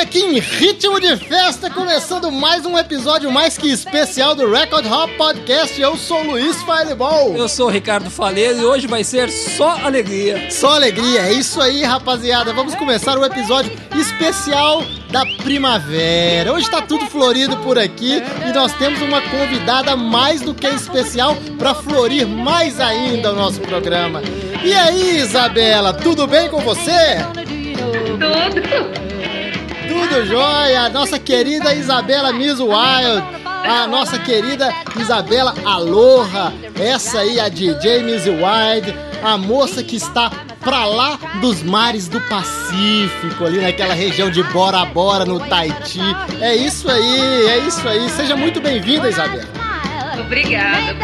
aqui em ritmo de festa, começando mais um episódio mais que especial do Record Hop Podcast. Eu sou o Luiz Fireball. Eu sou o Ricardo Faleiro e hoje vai ser só alegria. Só alegria, é isso aí, rapaziada. Vamos começar o episódio especial da primavera. Hoje tá tudo florido por aqui e nós temos uma convidada mais do que especial para florir mais ainda o nosso programa. E aí, Isabela, tudo bem com você? Tudo jóia, a nossa querida Isabela Miss Wild, a nossa querida Isabela Aloha, essa aí a DJ Miss Wild, a moça que está pra lá dos mares do Pacífico, ali naquela região de Bora Bora, no Tahiti. É isso aí, seja muito bem-vinda, Isabela. Obrigada.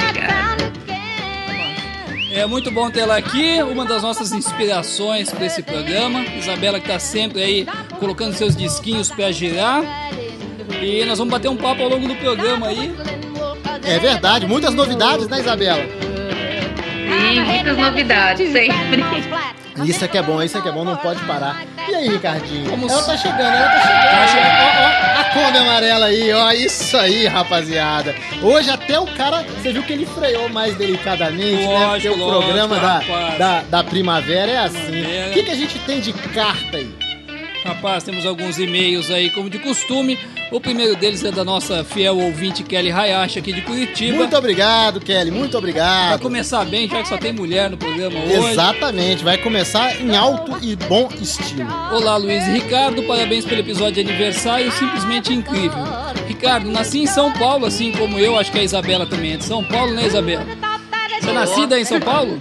É muito bom tê-la aqui, uma das nossas inspirações para esse programa. Isabela que tá sempre aí colocando seus disquinhos para girar. E nós vamos bater um papo ao longo do programa aí. É verdade, muitas novidades, né, Isabela? Sim, muitas novidades sempre. Isso é que é bom, não pode parar. E aí, Ricardinho? Vamos... Ela tá chegando. Ó, a Kombi amarela aí, ó, isso aí, rapaziada. Hoje até o cara, você viu que ele freou mais delicadamente, né? Porque o programa da primavera é assim. O que a gente tem de carta aí? Rapaz, temos alguns e-mails aí, como de costume. O primeiro deles é da nossa fiel ouvinte Kelly Hayashi, aqui de Curitiba. Muito obrigado, Kelly, muito obrigado. Vai começar bem, já que só tem mulher no programa hoje. Exatamente, vai começar em alto e bom estilo. Olá, Luiz e Ricardo, parabéns pelo episódio de aniversário, simplesmente incrível. Ricardo, nasci em São Paulo, assim como eu, acho que a Isabela também é de São Paulo, né, Isabela? Você é nascida em São Paulo?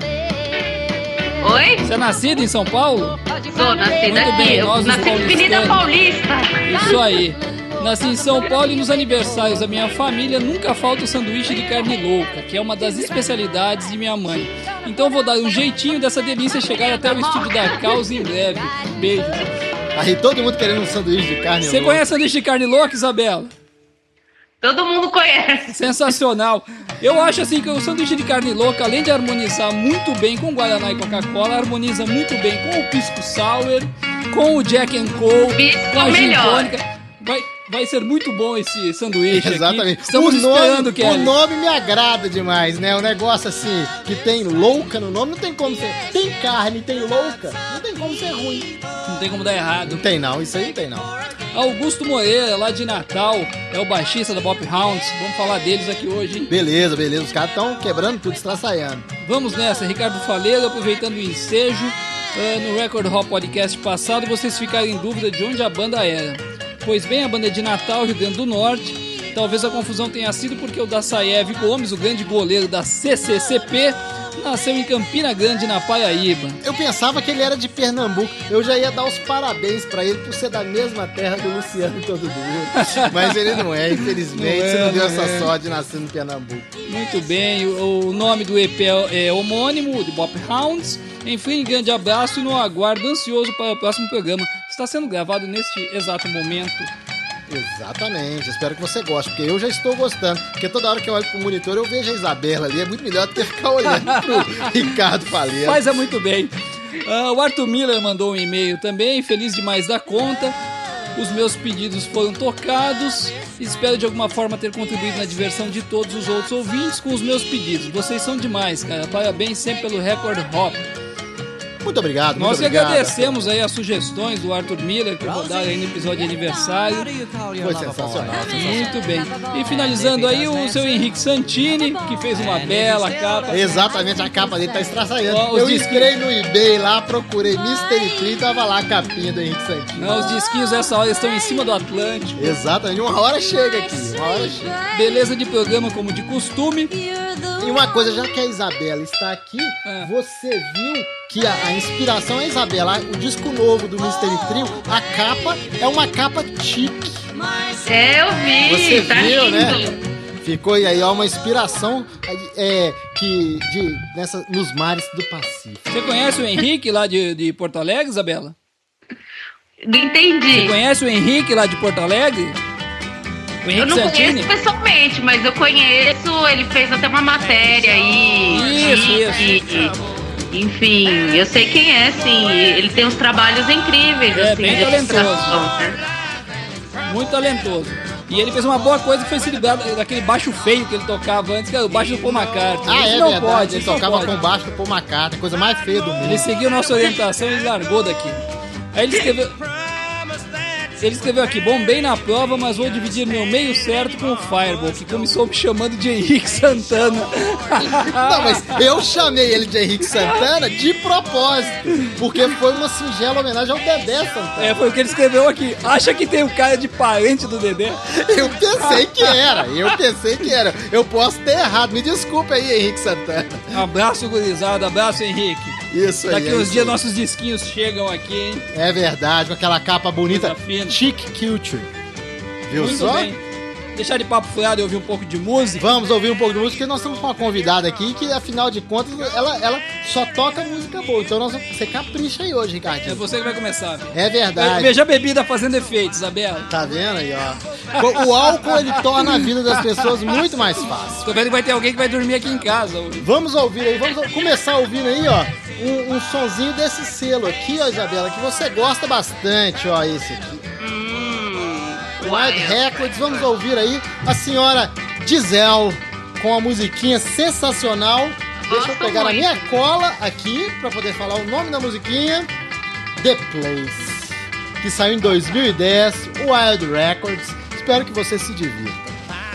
Oi? Você é nascida em São Paulo? Sou nascida Muito aqui, bem, eu nós nasci os na Avenida paulistanos. Paulista. Isso aí. Nasci em São Paulo e nos aniversários da minha família nunca falta o sanduíche de carne louca, que é uma das especialidades de minha mãe. Então vou dar um jeitinho dessa delícia chegar até o estúdio da Causa em breve. Beijo. Aí todo mundo querendo um sanduíche de carne louca. Você conhece sanduíche de carne louca, Isabela? Todo mundo conhece. Sensacional. Eu acho assim que o sanduíche de carne louca, além de harmonizar muito bem com Guaraná e Coca-Cola, harmoniza muito bem com o Pisco Sour, com o Jack and Coke, com a gin tônica. Vai ser muito bom esse sanduíche. Exatamente. Aqui. Estamos esperando, Kelly. O nome me agrada demais, né? Um negócio assim, que tem louca no nome, não tem como ser... Tem carne, tem louca, não tem como ser ruim. Não tem como dar errado. Não tem não, isso aí não tem não. Augusto Moreira, lá de Natal, é o baixista da Bop Hounds. Vamos falar deles aqui hoje, hein? Beleza. Os caras estão quebrando tudo, estraçaiando. Vamos nessa, Ricardo Faleiro, aproveitando o ensejo. No Record Hop Podcast passado, vocês ficaram em dúvida de onde a banda era. Pois bem, a banda é de Natal, Rio Grande do Norte. Talvez a confusão tenha sido porque o Dassaev Gomes, o grande goleiro da CCCP, nasceu em Campina Grande, na Paraíba. Eu pensava que ele era de Pernambuco. Eu já ia dar os parabéns pra ele por ser da mesma terra do Luciano Todo Duro. Mas ele não é, infelizmente. Você não deu essa sorte de nascer em Pernambuco. Muito bem, o nome do EP é homônimo, de Bop Hounds. Enfim, grande abraço e no aguardo ansioso para o próximo programa. Está sendo gravado neste exato momento. Exatamente, espero que você goste, porque eu já estou gostando. Porque toda hora que eu olho pro monitor eu vejo a Isabela ali, é muito melhor do que ficar olhando pro Ricardo Faleiro. Mas é muito bem. O Arthur Miller mandou um e-mail também, feliz demais da conta. Os meus pedidos foram tocados. Espero de alguma forma ter contribuído na diversão de todos os outros ouvintes com os meus pedidos. Vocês são demais, cara. Parabéns sempre pelo Record Hop. Muito obrigado, Nós que agradecemos aí as sugestões do Arthur Miller que rodaram aí no episódio de aniversário. Foi sensacional. Muito bem. E finalizando aí o seu Henrique Santini, que fez uma bela capa. Exatamente, a capa dele tá estraçaiando. Eu entrei no eBay lá, procurei Mystery Tree, tava lá a capinha do Henrique Santini. Não, os disquinhos dessa hora estão em cima do Atlântico. Exatamente, uma hora chega aqui, Beleza de programa como de costume. E uma coisa, já que a Isabela está aqui, você viu que a inspiração é a Isabela. O disco novo do Mystery Trio, a capa é uma capa chique. Eu vi, você tá viu, lindo. Né? Ficou aí, ó, uma inspiração nos mares do Pacífico. Você conhece o Henrique lá de Porto Alegre, Isabela? Entendi. Você conhece o Henrique lá de Porto Alegre? O Henrique eu não Santini? conheço pessoalmente, mas eu conheço, ele fez até uma matéria aí. Isso. Enfim, eu sei quem é, sim. Ele tem uns trabalhos incríveis, assim, bem de talentoso. ilustração, né? Muito talentoso. E ele fez uma boa coisa que foi se livrar daquele baixo feio que ele tocava antes, que era o baixo do Paul McCartney. Ah, Isso é não verdade. pode, Ele isso não tocava pode. com baixo do Paul McCartney, coisa mais feia do mundo. Ele seguiu nossa orientação e largou daqui. Aí ele escreveu... Ele escreveu aqui: bombei na prova, mas vou dividir meu meio certo com o Fireball, que começou me chamando de Henrique Santana. Não, mas eu chamei ele de Henrique Santana de propósito, porque foi uma singela homenagem ao Dedé Santana. É, foi o que ele escreveu aqui. Acha que tem o cara de parente do Dedé? Eu pensei que era. Eu posso ter errado. Me desculpe aí, Henrique Santana. Abraço, gurizada. Abraço, Henrique. Isso aí. Daqui é uns isso dias aí. nossos disquinhos chegam aqui, hein? É verdade, com aquela capa bonita. Coisa fina. Chic Culture. Viu Muito só? bem. Deixar de papo furado e ouvir um pouco de música. Vamos ouvir um pouco de música, porque nós estamos com uma convidada aqui que, afinal de contas, ela só toca música boa. Então você capricha aí hoje, É Ricardinho. você que vai começar. É verdade. Veja a bebida fazendo efeito, Isabela. Tá vendo aí, ó? O álcool, ele torna a vida das pessoas muito mais fácil. Tô vendo que vai ter alguém que vai dormir aqui em casa hoje. Vamos ouvir aí, vamos começar ouvindo aí, ó, um sonzinho desse selo aqui, ó, Isabela, que você gosta bastante, ó, esse aqui. Wild Records, vamos ouvir aí a senhora Giselle com a musiquinha sensacional. Deixa eu pegar a minha cola aqui pra poder falar o nome da musiquinha. The Place, que saiu em 2010, Wild Records. Espero que você se divirta.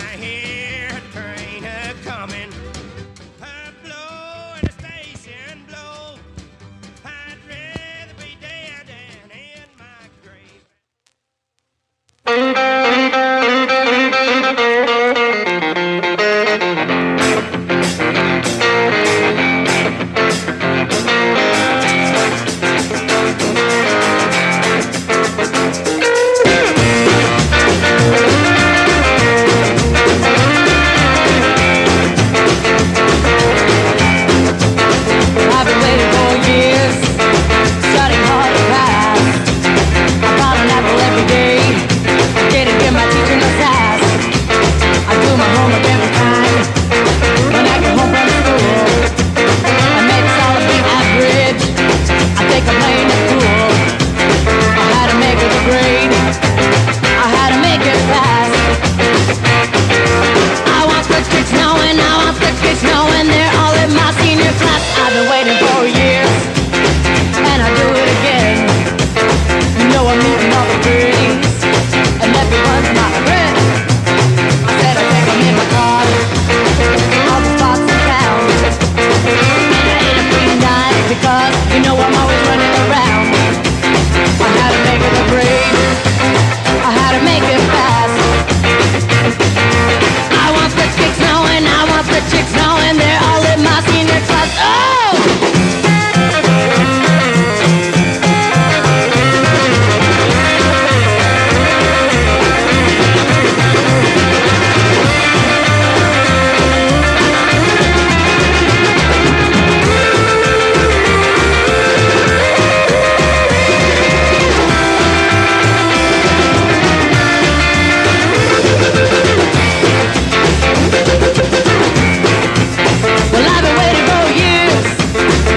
I've been waiting for years, studying hard to pass. I bought an apple every day, didn't get my teacher no sass. I do my homework every time when I get home from school. I make solid B average, I take a plane to school. I had to make it a grade, I had to make it fast. I want the kids knowing, I want the kids knowing they're all in my senior class. I've been waiting for years, and I do it again. You know I'm meeting all the dreams, and everyone's my friend. I said I take them in my car, all the spots in town. And I ain't a free night because you know I'm always running around. I had to make it a grade, I had to make it fast. I want the chicks knowing, I want the chicks knowing they're all in my senior class. Oh! Well, I've been waiting for years,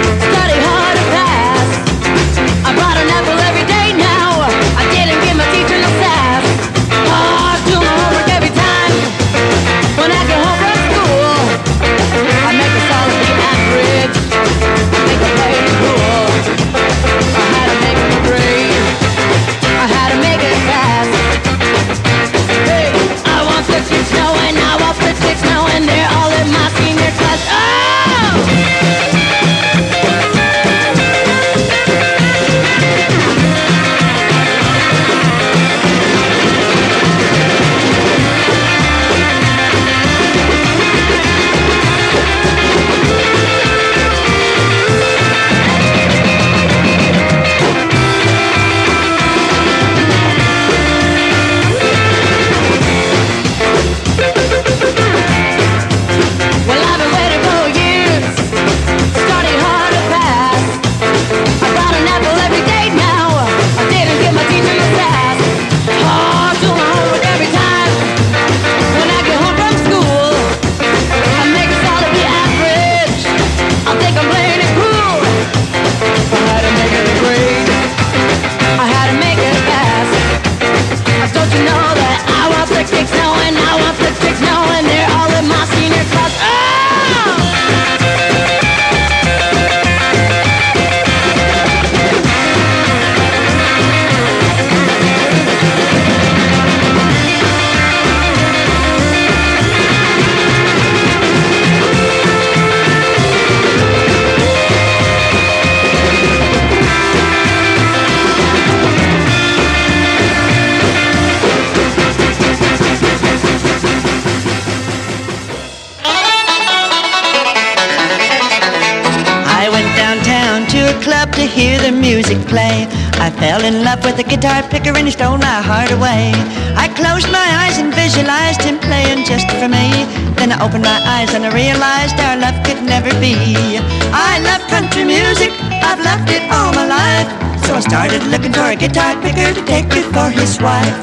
to hear the music play. I fell in love with the guitar picker and he stole my heart away. I closed my eyes and visualized him playing just for me. Then I opened my eyes and I realized our love could never be. I love country music, I've loved it all my life. So I started looking for a guitar picker to take me for his wife.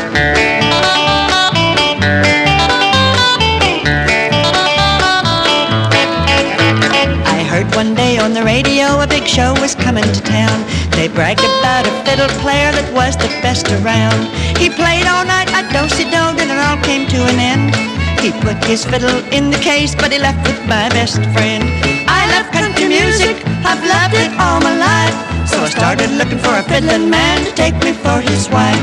One day on the radio a big show was coming to town. They bragged about a fiddle player that was the best around. He played all night at do-si-do and it all came to an end. He put his fiddle in the case but he left with my best friend. I love country music, I've loved it all my life. So I started looking for a fiddling man to take me for his wife.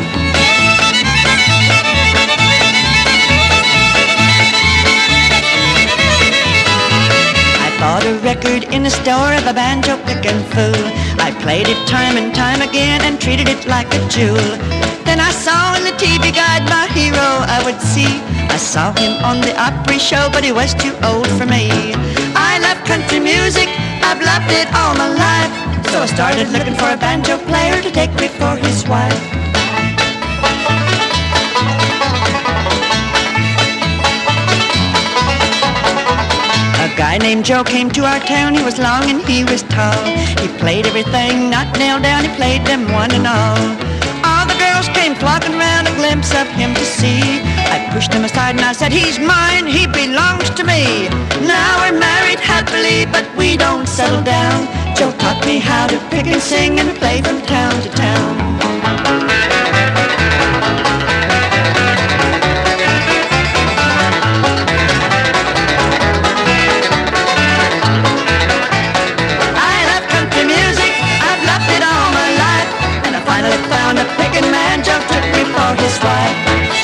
Bought a record in a store of a banjo-picking fool. I played it time and time again and treated it like a jewel. Then I saw in the TV guide my hero I would see. I saw him on the Opry show, but he was too old for me. I love country music, I've loved it all my life. So I started looking for a banjo player to take me for his wife. A guy named Joe came to our town, he was long and he was tall. He played everything not nailed down, he played them one and all. All the girls came flocking round a glimpse of him to see. I pushed him aside and I said, he's mine, he belongs to me. Now we're married happily, but we don't settle down. Joe taught me how to pick and sing and play from town to town. Found a picking man, Joe took me for his wife.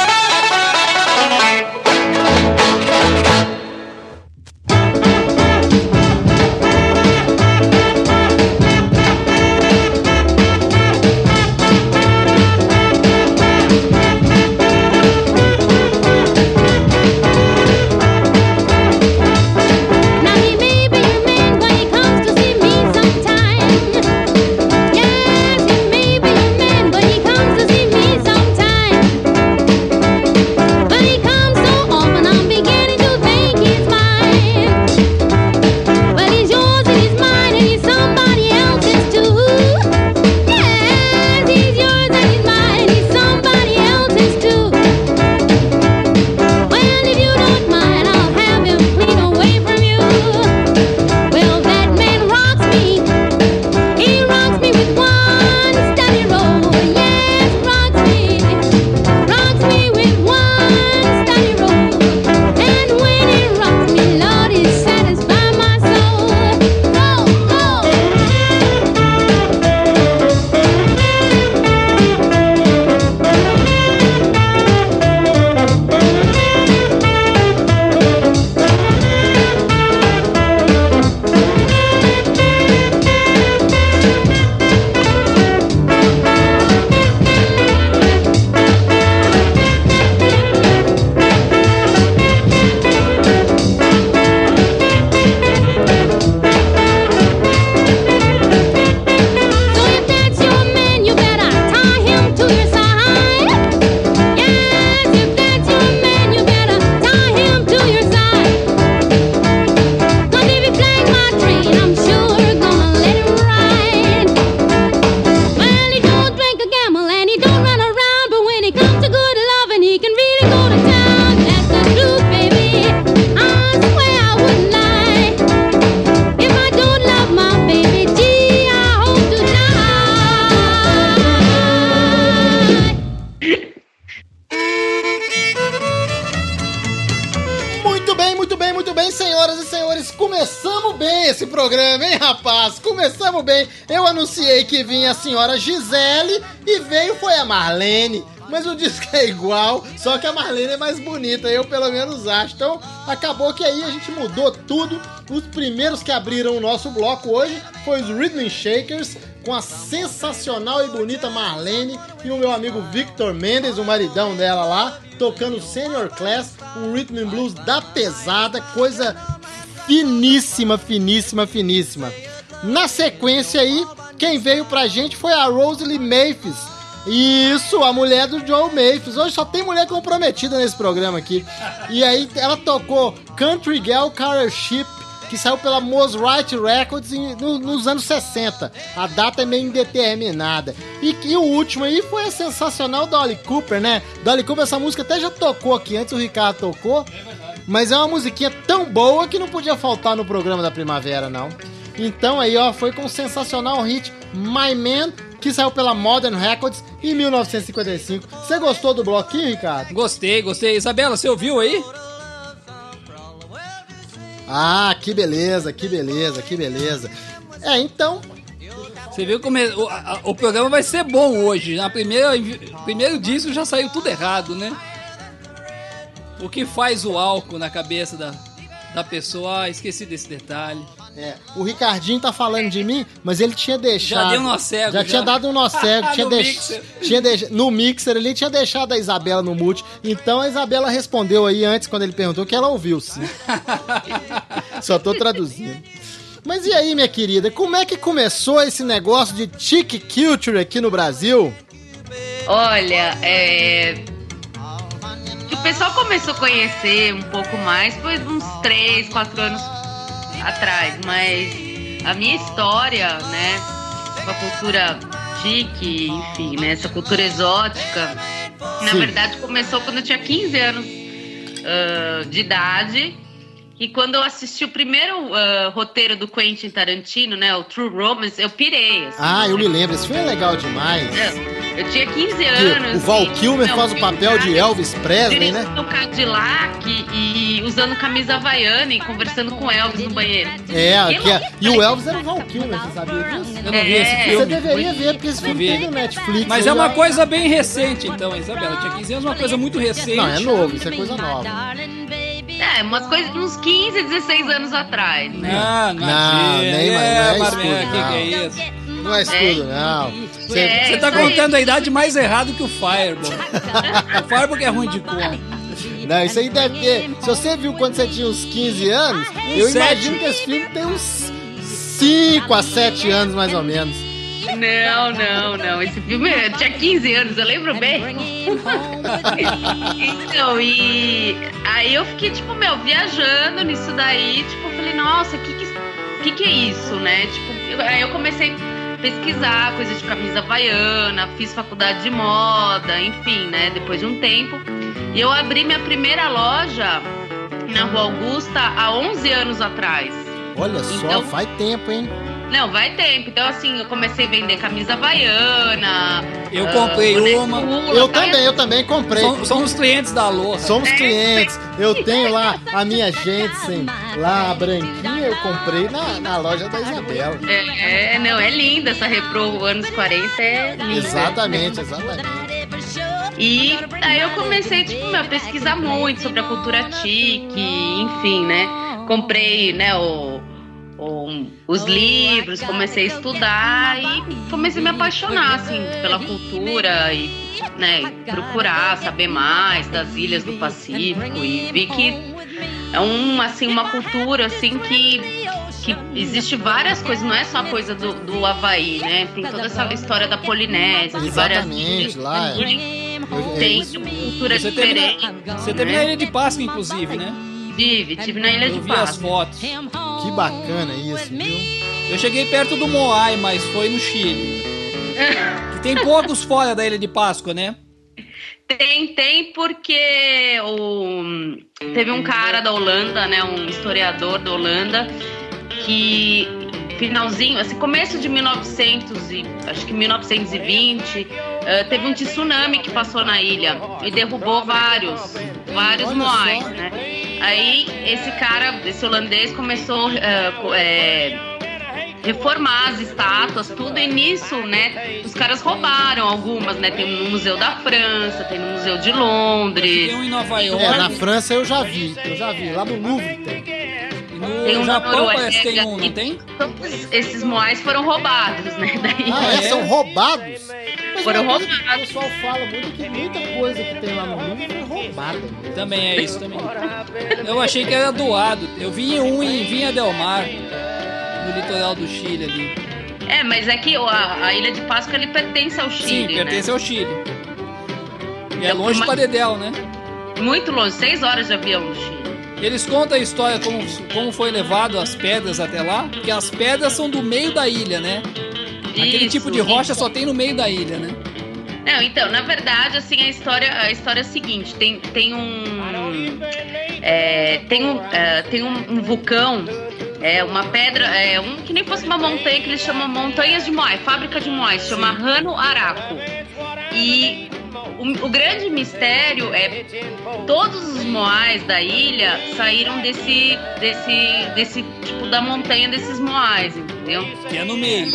esse programa, hein, rapaz? Começamos bem. Eu anunciei que vinha a senhora Gisele e veio foi a Marlene. Mas o disco é igual, só que a Marlene é mais bonita, eu pelo menos acho. Então acabou que aí a gente mudou tudo. Os primeiros que abriram o nosso bloco hoje foi os Rhythm Shakers, com a sensacional e bonita Marlene e o meu amigo Victor Mendes, o maridão dela lá, tocando Senior Class, um Rhythm and Blues da pesada, coisa finíssima, finíssima, finíssima. Na sequência aí, quem veio pra gente foi a Rosalie Maphis. Isso, a mulher do Joe Maphis. Hoje só tem mulher comprometida nesse programa aqui. E aí ela tocou Country Girl Carol Ship, que saiu pela Mosrite Records nos anos 60. A data é meio indeterminada. E o último aí foi a sensacional Dolly Cooper, né? Dolly Cooper, essa música até já tocou aqui antes, o Ricardo tocou. Mas é uma musiquinha tão boa que não podia faltar no programa da primavera, não. Então aí, ó, foi com o sensacional hit My Man, que saiu pela Modern Records em 1955. Você gostou do bloquinho, Ricardo? Gostei. Isabela, você ouviu aí? Ah, que beleza. Então... Você viu como o programa vai ser bom hoje. Primeiro disco já saiu tudo errado, né? O que faz o álcool na cabeça da pessoa? Ah, esqueci desse detalhe. O Ricardinho tá falando de mim, mas ele tinha deixado... Já deu um nó cego. Já tinha dado um nó cego. No mixer, ele tinha deixado a Isabela no mute. Então a Isabela respondeu aí antes, quando ele perguntou, que ela ouviu, sim. Só tô traduzindo. Mas e aí, minha querida, como é que começou esse negócio de chic culture aqui no Brasil? Olha, que o pessoal começou a conhecer um pouco mais foi uns 3, 4 anos atrás, mas a minha história, né, com a cultura chique, enfim, né, essa cultura exótica, na verdade começou quando eu tinha 15 anos de idade, e quando eu assisti o primeiro roteiro do Quentin Tarantino, né, o True Romance, eu pirei. Assim, eu me lembro, esse filme é legal demais. Eu tinha 15 anos. O Val Kilmer faz o papel de Elvis Presley, né? No Cadillac e usando camisa havaiana e conversando com Elvis no banheiro. E o Elvis era o Val Kilmer, você sabia disso? Eu não vi esse filme. Você deveria ver, porque esse filme tem no Netflix. Mas é uma coisa bem recente, então, Isabela. Tinha 15 anos, uma coisa muito recente. Não, é novo, isso é coisa nova. Umas coisas de uns 15, 16 anos atrás, né? Não, nem mais. Que é isso? Não é estudo, não. Você tá contando a idade mais errada que o Fireball. O Fireball que é ruim de conta. Não, isso aí deve ter... Se você viu quando você tinha uns 15 anos, eu imagino que esse filme tem uns 5 a 7 anos, mais ou menos. Não. Esse filme, eu tinha 15 anos, eu lembro bem. Então, e aí eu fiquei, tipo, viajando nisso daí, tipo, eu falei, nossa, que é isso, né? Tipo, aí eu comecei a pesquisar coisa de camisa havaiana, fiz faculdade de moda, enfim, né? Depois de um tempo. E eu abri minha primeira loja na Rua Augusta há 11 anos atrás. Olha só, então, faz tempo, hein? Não, vai tempo. Então, assim, eu comecei a vender camisa havaiana. Eu comprei uma. Eu também comprei. Somos clientes da Aloha. Somos clientes. Eu tenho lá a minha Jensen, lá a branquinha, eu comprei na loja da Isabela. É linda essa Repro anos 40, é linda. Exatamente. E aí eu comecei, tipo, a pesquisar muito sobre a cultura chique, enfim, né? Comprei, né, os livros, comecei a estudar e comecei a me apaixonar, assim, pela cultura e, né, procurar saber mais das ilhas do Pacífico e vi que é uma cultura, assim, que existe várias coisas, não é só a coisa do Havaí, né? Tem toda essa história da Polinésia, de várias ilhas. Lá tem cultura diferente. Você teve na Ilha de Páscoa, inclusive, né? Tive na Ilha de Páscoa. Eu vi as fotos. Que bacana isso, viu? Eu cheguei perto do Moai, mas foi no Chile. Que tem poucos fora da Ilha de Páscoa, né? Tem porque teve um cara da Holanda, né, um historiador da Holanda, que finalzinho, assim, começo de 1920, teve um tsunami que passou na ilha e derrubou vários moais, né? Aí esse holandês começou reformar as estátuas, tudo, e nisso, né, os caras roubaram algumas, né? Tem no Museu da França, tem no Museu de Londres. Tem um em Nova York. Na França eu já vi, lá no Louvre tem. Tem um Japão, parece que tem um, não tem? Todos esses moais foram roubados, né? São roubados? Foram roubados. O pessoal fala muito que muita coisa que tem lá no Louvre foi roubada. Também é isso, também. Eu achei que era doado. Eu vi um em Vinha del Mar, no litoral do Chile ali. Mas é que a Ilha de Páscoa ele pertence ao Chile. Sim, pertence né? ao Chile. E é longe para Dedéu, né? Muito longe, 6 horas de avião do Chile. Eles contam a história como foi levado as pedras até lá, porque as pedras são do meio da ilha, né? Aquele tipo de rocha só tem no meio da ilha, né? Não, então, na verdade, assim, a história é a seguinte, tem um vulcão, uma pedra, que nem fosse uma montanha, que eles chamam Montanhas de Moai, fábrica de Moai, se chama Rano Araco. E o grande mistério é todos os moais da ilha saíram desse tipo da montanha desses moais, entendeu? Que é no meio.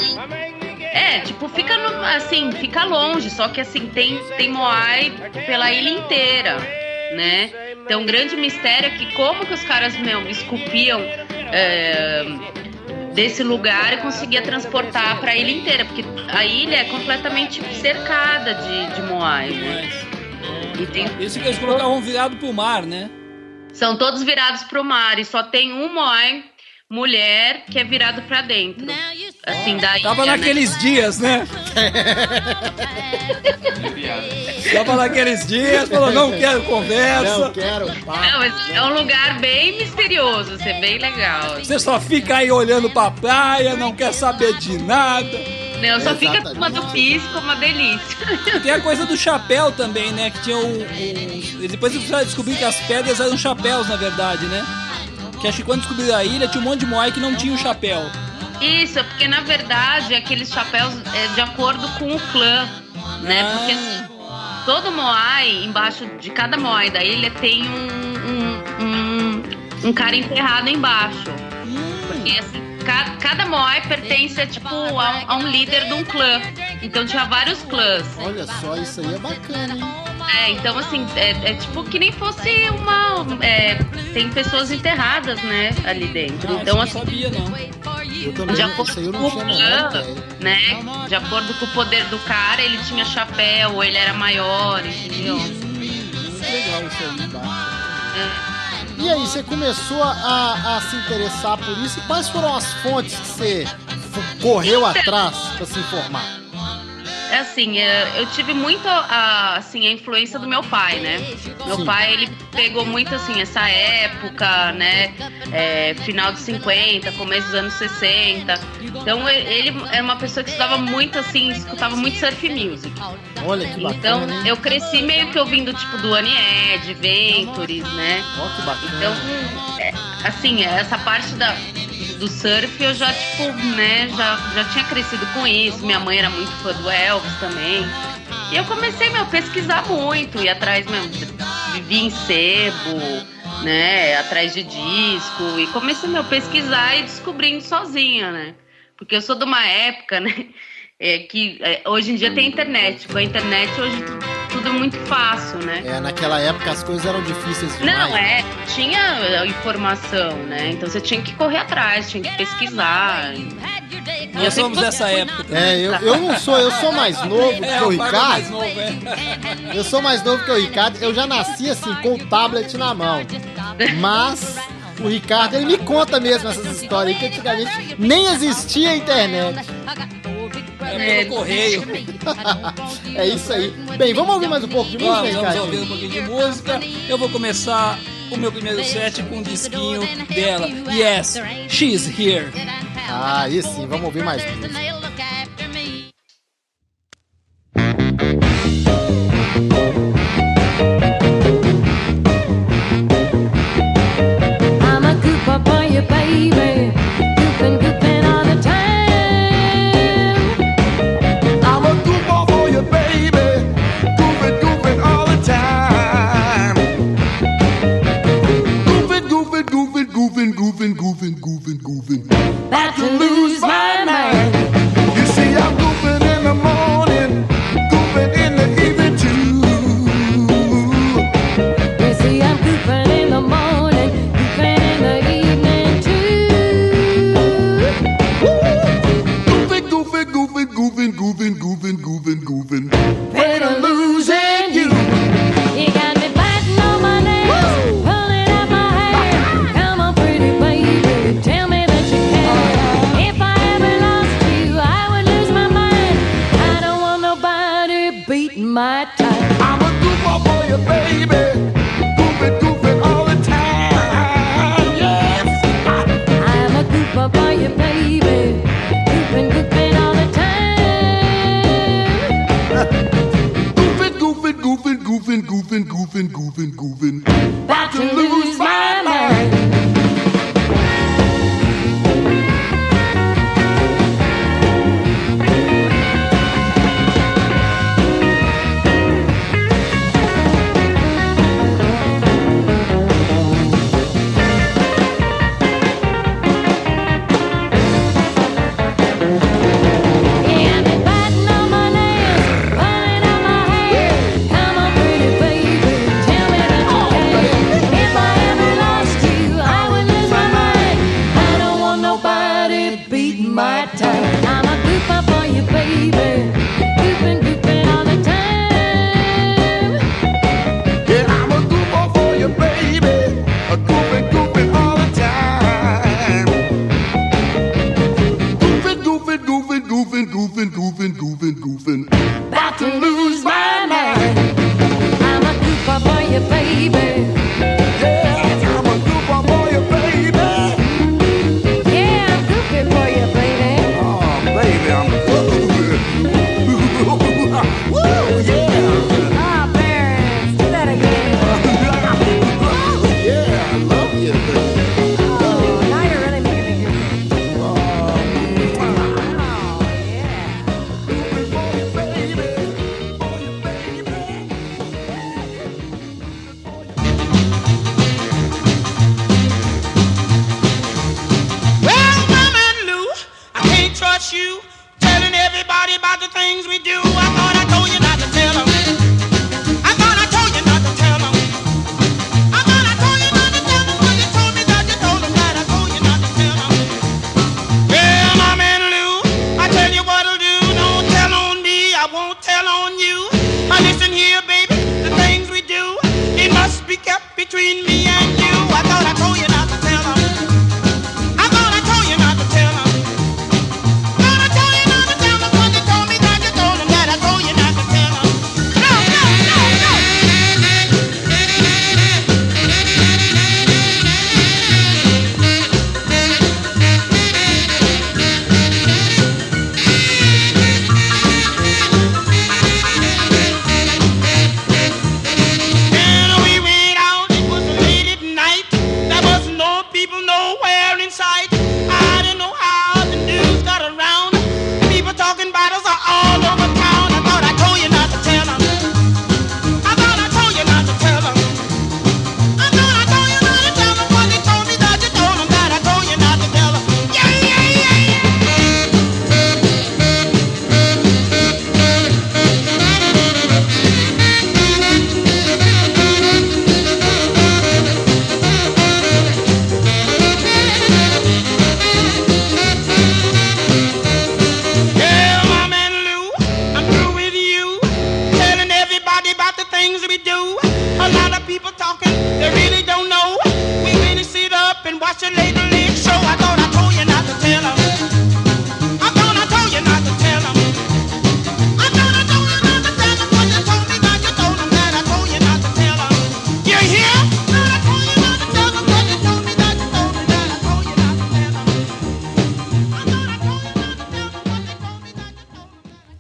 Fica longe, só que assim, tem moai pela ilha inteira, né? Então o grande mistério é que como que os caras esculpiam desse lugar e conseguia transportar para a ilha inteira, porque a ilha é completamente cercada de moai, né? Isso que eles colocavam virado pro mar, né? São todos virados pro mar e só tem um moai mulher que é virado pra dentro. Assim, da ilha, Tava naqueles dias, né? Tava naqueles dias, falou, não quero conversa. Não quero. Não, mas é um lugar bem misterioso, é bem legal. Você só fica aí olhando pra praia, não quer saber de nada. Não, só fica tomando pisco, uma delícia. Tem a coisa do chapéu também, né? Que tinha depois eles descobriram que as pedras eram chapéus, na verdade, né? Que acho que quando descobriram a ilha, tinha um monte de moai que não tinha o chapéu. Isso, é porque na verdade aqueles chapéus é de acordo com o clã, né? Porque assim, todo moai, embaixo de cada moai da ilha tem um cara enterrado embaixo. Porque assim, cada moai pertence a um líder de um clã. Então tinha vários clãs. Olha só, isso aí é bacana, hein? Então assim, tipo que nem fosse tem pessoas enterradas, né, ali dentro. Então, não assim, sabia, não. Eu também, isso aí eu não tinha nada. né? De acordo com o poder do cara, ele tinha chapéu, ele era maior, entendeu? Muito legal isso aí, E aí, você começou a se interessar por isso? E quais foram as fontes que você correu atrás para se informar? Assim, eu tive muito a influência do meu pai, né? Meu pai, ele pegou muito, assim, essa época, né? Final dos 50, começo dos anos 60. Então, ele era uma pessoa que estudava muito, assim, escutava muito surf music. Olha que bacana, então, hein? eu cresci meio que ouvindo, tipo, do Annie Ed, Ventures, né? Olha que bacana. Então, assim, essa parte do surf eu já, tipo, né, já tinha crescido com isso. Minha mãe era muito fã do Elvis também. E eu comecei, a pesquisar muito, ir atrás, vivi em sebo, né, atrás de disco. E comecei, a pesquisar e descobrindo sozinha, né? Porque eu sou de uma época, né, que hoje em dia tem internet. Com a internet, hoje tudo muito fácil, né? Naquela época as coisas eram difíceis demais. Não, tinha informação, né? Então você tinha que correr atrás, tinha que pesquisar. Nós somos dessa época. Eu não sou, eu sou mais novo que o Ricardo. Mais novo, Eu sou mais novo que o Ricardo, eu já nasci assim, com o tablet na mão. Mas o Ricardo, ele me conta mesmo essas histórias aí, que antigamente nem existia a internet. Pelo correio. É isso aí. Bem, vamos ouvir mais um pouco de música, Ricardo? Vamos ouvir um pouquinho de música. Eu vou começar o meu primeiro set com um disquinho dela. Yes, She's Here. Aí sim, vamos ouvir mais música. I'm a Cooper for you, baby. Goopin' all the time. I'm a goofball for you, baby. Goofing all the time. Goofing. About to lose my mind. You see, I'm goofing in the morning, goofing in the evening too. You see, I'm goofing in the morning, goofing in the evening too. Goofing. Way to losing you. You got me biting on my nails, pulling out my hair. Come on, pretty baby, tell me that you care. If I ever lost my time. I'm a goofer for you, baby. Goofing, goofing all the time. Yeah, I'm a goofer for you, baby. A goofing, goofing all the time. Goofing, goofing, goofing, goofing, goofing, goofing, goofing, goofing. About to lose my mind. I'm a goofer for you, baby. Yeah, I'm a goofer for you, baby. Yeah, I'm goofing for you, baby. Oh, baby, I'm goofing. Woo, yeah. Ah, Clarence, do that again. Yeah, I love you, baby. Oh, now you're really making me goofy. Oh, yeah. goofing for you, baby. For you, baby. Well, Mama and Lou, I can't trust you telling everybody about the things we do. I thought I told you not to tell them. I thought I told you not to tell them. I thought I told you not to tell them, but you told me that you told them that I told you not to tell them. Well, Mama and Lou, I tell you what I'll do. Don't tell on me, I won't tell on you. Listen here, baby, the things we do, it must be kept between me and you. I thought I told you not to tell them. I thought I told you not to tell them. Thought I told you not to tell them, but you told me that you told them that I told you not to tell them. No, no, no, no. When we went out, it was late at night. There was no people nowhere in sight. I didn't know how the news got around. People talking about us are all over town. I thought I told you not to tell them. I thought I told you not to tell them. I thought I told you not to tell them, but they told me that you told them that I told you not to tell them. Yeah, yeah, yeah, yeah. Yeah, Mama and Lou, I'm through with you, telling everybody about the things we do. A lot of people talking, they really don't know. We really sit up and watch a late show. I thought I told you not to tell them. I thought I told you not to tell them. I thought I told you not to tell them, but you told me that you told them that I told you not to tell them. You hear? Thought I told you not to tell them, but you told me that you told them that I told you not to tell them. I thought I told you not to tell them, but you told me that you told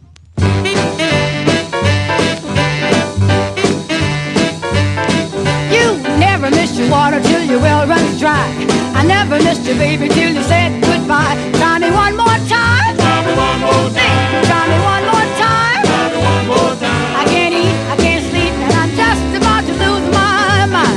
them. You never missed your water till your well runs dry. I never missed you, baby, till you said goodbye. Try me one more time. Try me one more time. Try me one more time. Try me one more time. I can't eat, I can't sleep, and I'm just about to lose my mind.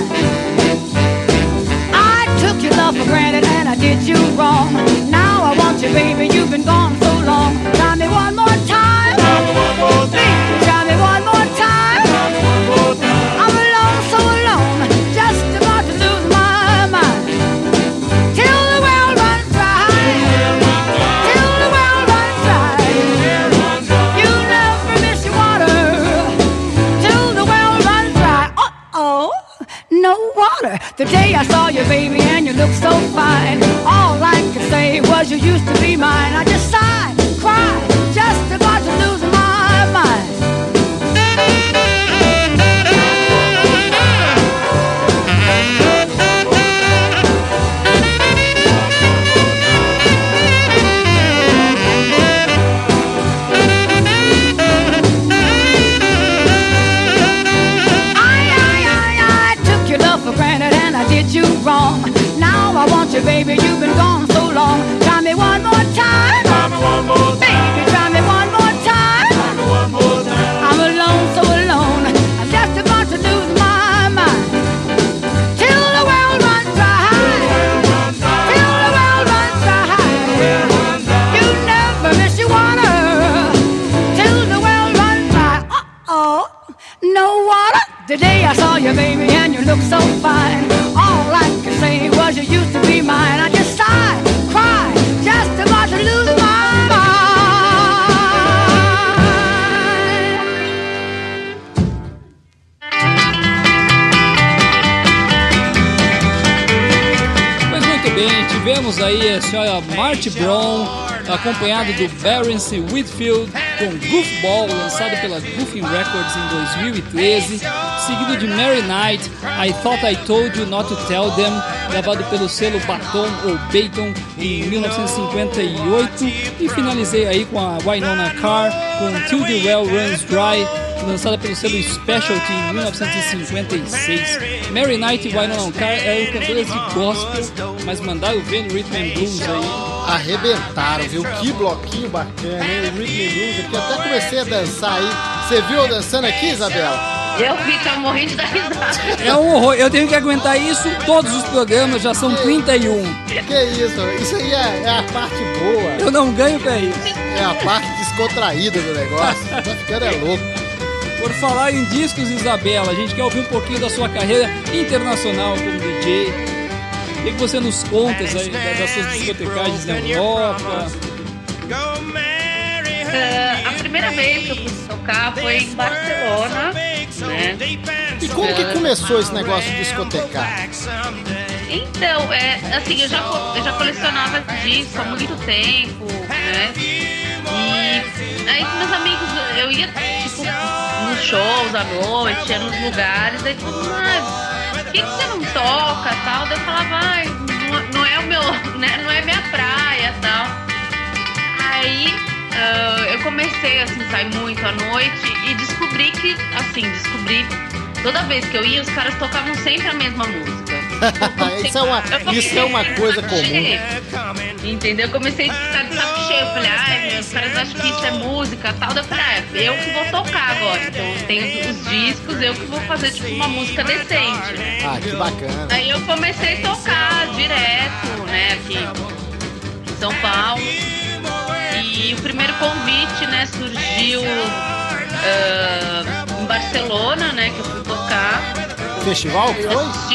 I took your love for granted and I did you wrong. Now I want you, baby, you've been gone so long. Try me one more time. Try me one more time. Try me one more time. Try me one more time. I'm alone, so alone, just about to lose my mind. Till the well runs dry. Till the well runs dry. You never miss your water till the well runs dry. Uh-oh, no water. The day I saw you, baby, and you looked so fine. All I could say was you used to be mine. I just sighed, cried, just about to lose my mind. I took your love for granted and I did you wrong. Now I want you, baby, you've been gone so long. Try me one more time. Try me one more time. Baby, try me one more time. Try me one more time. I'm alone, so alone, I'm just about to lose my mind. Till the well runs dry. Till the well runs dry. You never miss your water till the well runs dry. Uh-oh, no water. The day I saw you, baby, and you looked so fine. All I could say was you used to be mine. I just sighed, cried, just about to lose aí a senhora Marty Brown, acompanhado do Barence Whitfield com Goofball, lançado pela Goofing Records em 2013, seguido de Mary Knight, I Thought I Told You Not to Tell Them, gravado pelo selo Baton ou Baton em 1958, e finalizei aí com a Wynonna Carr com Till the Well Runs Dry, lançada pelo selo Specialty em 1956. Mary Knight e Wynonna Carr eram cantoras de gospel, mas mandaram ver no Rhythm and Blues aí. Arrebentaram, viu? Que bloquinho bacana, hein? O Rhythm and Blues aqui, até comecei a dançar aí. Você viu eu dançando aqui, Isabela? Eu vi, tava morrendo de dar risada. É um horror, eu tenho que aguentar isso todos os programas, já são 31. Que isso aí é a parte boa. Eu não ganho pra isso. É a parte descontraída do negócio. Tá ficando louco. Por falar em discos, Isabela, a gente quer ouvir um pouquinho da sua carreira internacional como DJ. O que você nos conta aí das suas discotecagens na Europa? A primeira vez que eu fui tocar foi em Barcelona, né? E como que começou esse negócio de discotecar? Então, assim, eu já colecionava discos há muito tempo, né? E aí com meus amigos, eu ia, tipo, nos shows à noite, ia nos lugares, aí todo mundo, por que você não toca, tal? Daí eu falava, não é o meu, né? Não é minha praia, tal. Aí eu comecei, assim, a sair muito à noite e descobri toda vez que eu ia, os caras tocavam sempre a mesma música. Isso é uma coisa comum. Entendeu? Eu comecei a ficar de saco cheio. Eu falei, os caras acham que isso é música, tal. Daí eu falei, eu que vou tocar agora. Então eu tenho os discos, eu que vou fazer, tipo, uma música decente. Ah, que bacana. Aí eu comecei a tocar direto, né, aqui em São Paulo. E o primeiro convite, né, surgiu em Barcelona, né, que eu fui tocar. Festival que foi?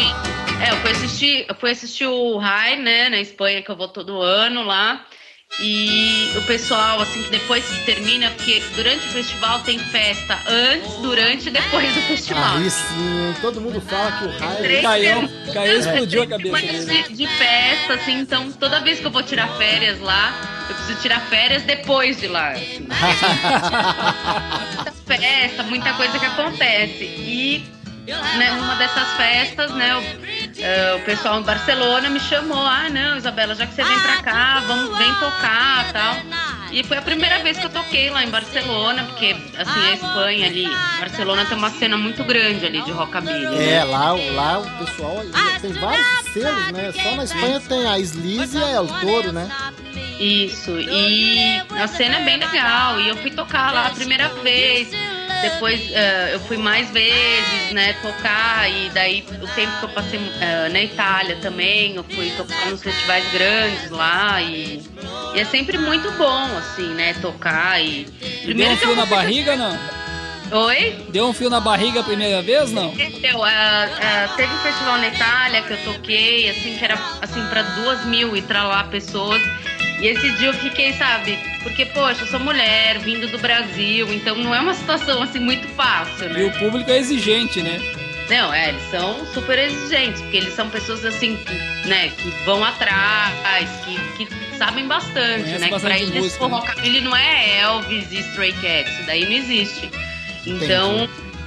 Eu fui assistir o High, né, na Espanha, que eu vou todo ano lá. E o pessoal, assim, que depois que termina, porque durante o festival tem festa antes, durante e depois do festival. Aí sim, todo mundo fala que o High... Caiu, explodiu a cabeça dele. De festa, assim, então toda vez que eu vou tirar férias lá, eu preciso tirar férias depois de lá. Assim. Muita festa, muita coisa que acontece. E numa dessas festas, né, o pessoal em Barcelona me chamou, não, Isabela, já que você vem pra cá, vem tocar e tal. E foi a primeira vez que eu toquei lá em Barcelona, porque, assim, a Espanha ali, Barcelona tem uma cena muito grande ali de rockabilly. Né? Lá o pessoal tem vários selos, né? Só na Espanha tem a Sleaze e a El Toro, né? Isso, e a cena é bem legal, e eu fui tocar lá a primeira vez. Depois eu fui mais vezes, né, tocar, e daí o tempo que eu passei na Itália também, eu fui tocar nos festivais grandes lá, e é sempre muito bom, assim, né, tocar. E deu um fio na barriga, não? Oi? Deu um fio na barriga a primeira vez, não? Teve um festival na Itália que eu toquei, assim, que era assim, para 2.000 e lá pessoas. E esse dia eu fiquei, sabe, porque, poxa, eu sou mulher, vindo do Brasil, então não é uma situação, assim, muito fácil, né? E o público é exigente, né? Não, eles são super exigentes, porque eles são pessoas, assim, né, que vão atrás, que sabem bastante, conhece né? Que pra eles, música, o rockabilly não é Elvis e Stray Cats, isso daí não existe. Então,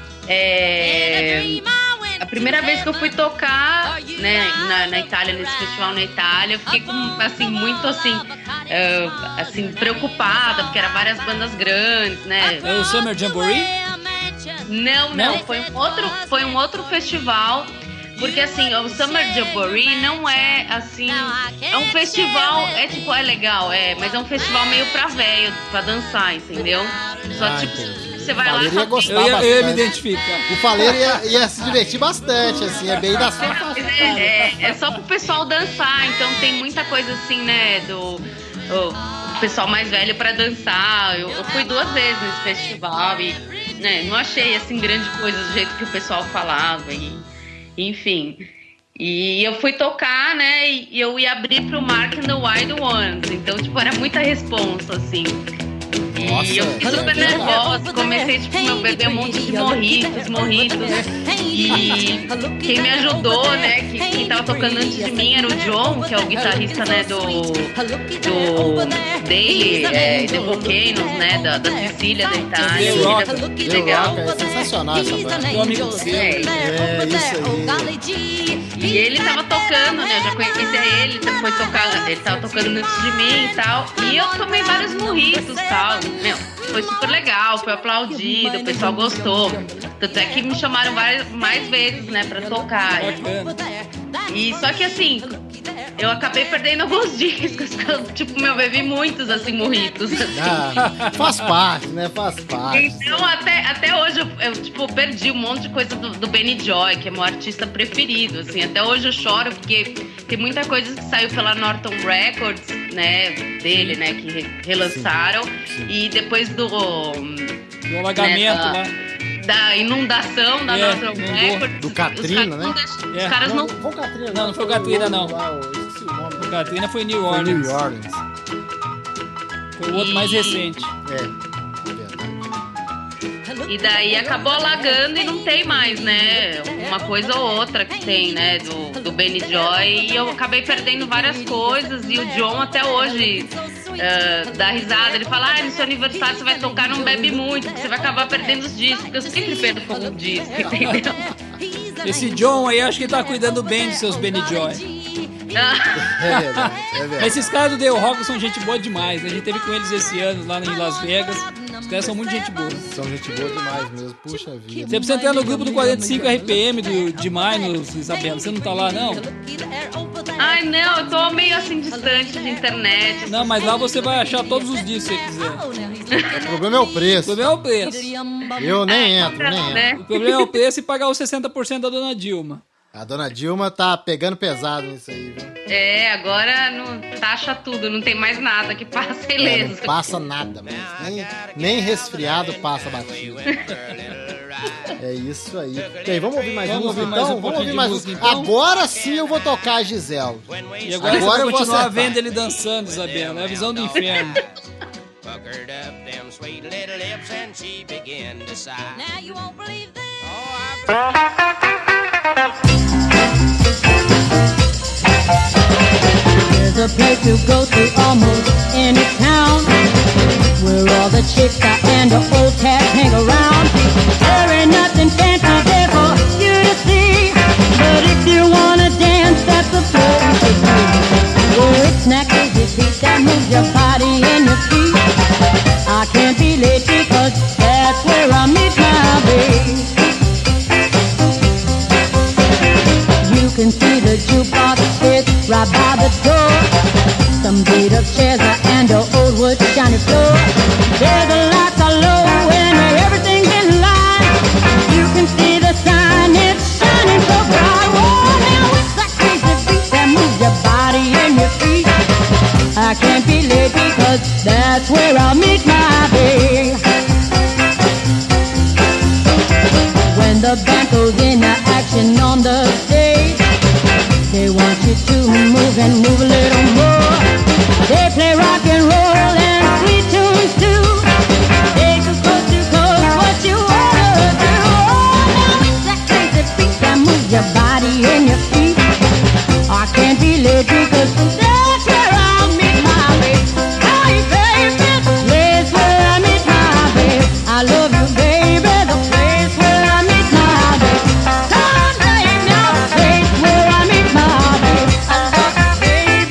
a primeira vez que eu fui tocar, né, na Itália, nesse festival na Itália, eu fiquei assim, muito assim, preocupada, porque eram várias bandas grandes, né? É o Summer Jamboree? Não, foi um outro festival, porque assim, o Summer Jamboree não é assim, é um festival, tipo, é legal, mas é um festival meio pra velho, pra dançar, entendeu? Só tipo... Você vai lá, eu ia me identificar. O Faleiro ia se divertir bastante, assim, é bem da sua faixa. É só pro pessoal dançar, então tem muita coisa assim, né, do pessoal mais velho pra dançar. Eu fui 2 vezes nesse festival e, né, não achei, assim, grande coisa do jeito que o pessoal falava, enfim. E eu fui tocar, né, e eu ia abrir pro Mark and the Wild Ones, então, tipo, era muita responsa, assim. E eu fiquei super nervosa, comecei tipo, a beber um monte de morritos. E quem me ajudou, né, quem tava tocando antes de mim era o John, que é o guitarrista, né, do Daily, The Volcanoes, né, da Sicília, da Itália. Ele é legal. É sensacional essa banda. Meu amigo seu. É isso aí. E ele tava tocando, né? Eu já conhecia ele, ele tava tocando antes de mim e tal. E eu tomei vários morritos e tal. Meu, foi super legal, foi aplaudido, o pessoal gostou. Tanto é que me chamaram mais vezes, né, pra tocar. E só que assim, eu acabei perdendo alguns discos, tipo, eu bebi muitos, assim, morritos. Faz parte, né? Faz parte. Então, até hoje, eu tipo, perdi um monte de coisa do Benny Joy, que é meu artista preferido, assim. Até hoje eu choro, porque tem muita coisa que saiu pela Norton Records, né, dele, né, que relançaram. Sim. E depois do alagamento lá. Da inundação da Norton Records. Do Katrina, né? Os caras não... Foi o Katrina, não foi o Katrina, não. Esqueci o nome. O Katrina foi New Orleans. Foi o outro mais recente. Verdade. E daí acabou alagando e não tem mais, né? Uma coisa ou outra que tem, né? Do Benny Joy. E eu acabei perdendo várias coisas. E o John até hoje dá risada. Ele fala, no seu aniversário você vai tocar, não bebe muito, porque você vai acabar perdendo os discos. Porque eu sempre perco um disco, entendeu? Esse John aí, acho que ele tá cuidando bem dos seus Benny Joy. É verdade. Esses caras do The Rock são gente boa demais, né? A gente teve com eles esse ano lá em Las Vegas. Os caras são muito gente boa. São gente boa demais mesmo, puxa vida. Você precisa entrar no grupo do 45 RPM de Minus, Isabela. Você não tá lá, não? Ai, não, eu tô meio assim distante de internet. Não, mas lá você vai achar todos os dias se você quiser. O problema é o preço. O problema é o preço. Eu nem entro. O problema é o preço e pagar os 60% da dona Dilma. A dona Dilma tá pegando pesado nisso aí, viu? Agora não taxa tudo, não tem mais nada que passa ileso. Não passa nada, mas nem resfriado passa batido. É isso aí. Bem, vamos ouvir mais música então? Vamos ouvir mais música. Agora sim eu vou tocar a Gisele. E agora você vai continuar vendo ele dançando, Isabela. É a visão do inferno. Puckered up them sweet little lips and she began to sigh. Now you won't believe this. There's a place to go to almost any town where all the chicks and the old cats hang around. There ain't nothing fancy there for you to see, but if you wanna dance, that's the place to be. Where it's not crazy beat that moves your body and your feet. I can't be late because that's where I meet my babe. You can see the jukebox is right by the door. Some beat up chairs and an old wood shiny floor. There the lights are low and everything's in line. You can see the sign, it's shining so bright. Oh, now it's that crazy beat that moves your body and your feet. I can't be late because that's where I'll meet my babe. When the band goes into action on the stage, they want you to move and move a little more. They play rock and roll and sweet tunes too. They go coast to coast, what you wanna do. Oh, now it's that crazy beat that moves your body and your feet. I can't be late because that's where I'll meet my babe. Hey baby, place where I meet my babe. I love you baby, the place where I meet my babe. Come on babe, now the place where I meet my babe. I love you baby.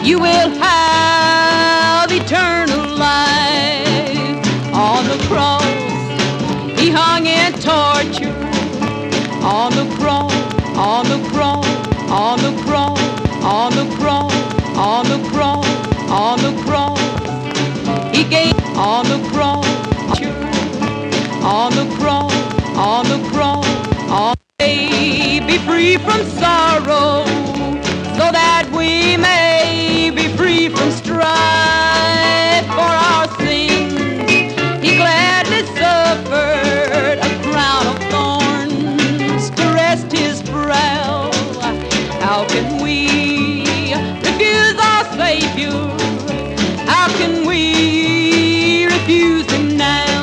you will have eternal life. On the cross, he hung in torture. On the cross, on the cross, on the cross, on the cross, on the cross, on the cross. He gave on the cross, on the cross, on the cross, on may be free from sorrow, so that we may be free from strife for our sins. He gladly suffered a crown of thorns to rest his brow. How can we refuse our Savior? How can we refuse him now?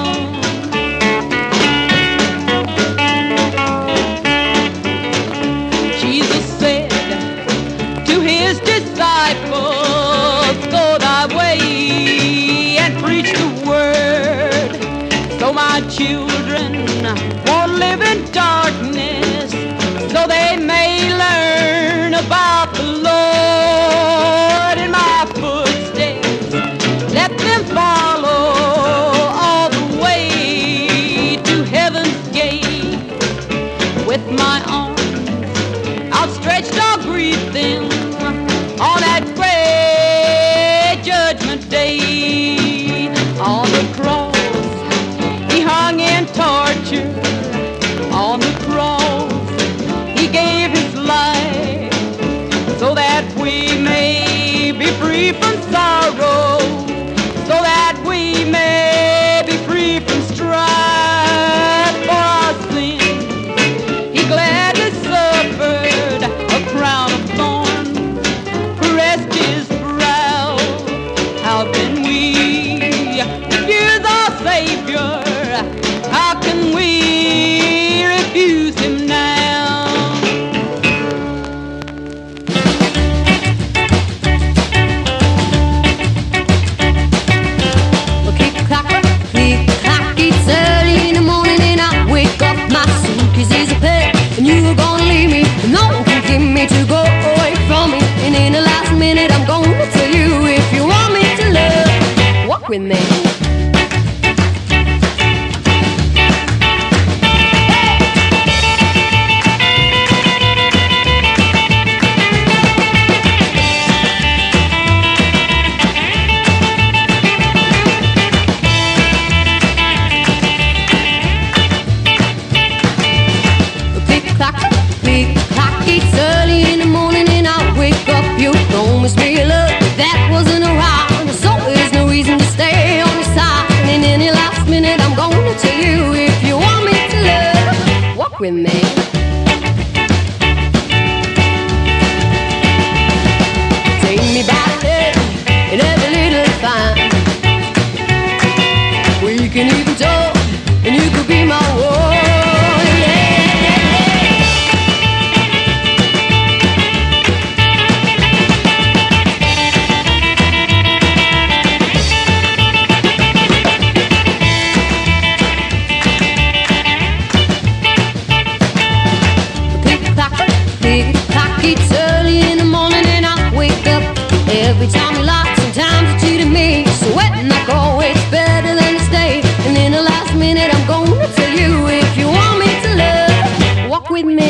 Jesus said to his disciples, go thy way and preach the word, so my children won't live in darkness, so they may learn about the Lord in my footsteps. Let them follow all the way to heaven's gate. With my arms outstretched, I'll greet them on that great judgment day. On the cross, he hung in torture. On the cross, he gave his life, so that we may be free from sorrow, so that we may be free from strife for our sins. He gladly suffered a crown of thorns, pressed his brow. How can we refuse our Savior? How can we refuse him now? Click-clack, it's early in the morning and I wake up, my suitcase is a pack, and you are gonna leave me, no one can get me to go away from me, and in the last minute I'm gonna tell you, if you want me to love, walk with me. Click-clack, it's early in the morning and I wake up, you promised me love, that wasn't around, so there's no reason to stay on your side, and in the last minute I'm gonna tell you, if you want me to love, walk with me. Take me by the hand in every little fine, we can even talk, and you could be my world. It's early in the morning and I wake up, every time you lie, sometimes you cheated me, so when I go it's better than to stay, and in the last minute I'm gonna tell you, if you want me to love, walk with me.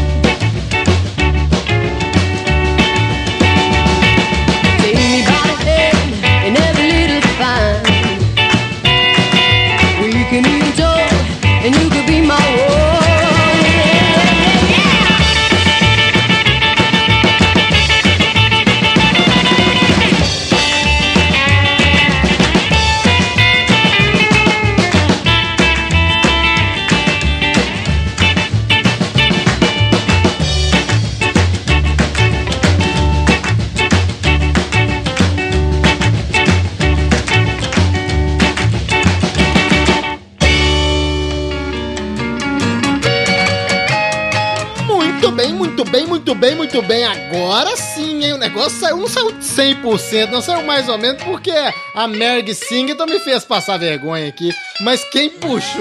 Take me by the hand in every little fine, we can even talk, and you could be my world. Muito bem, agora sim, hein? O negócio saiu, não saiu 100%, não saiu mais ou menos, porque a Merg Singleton me fez passar vergonha aqui. Mas quem puxou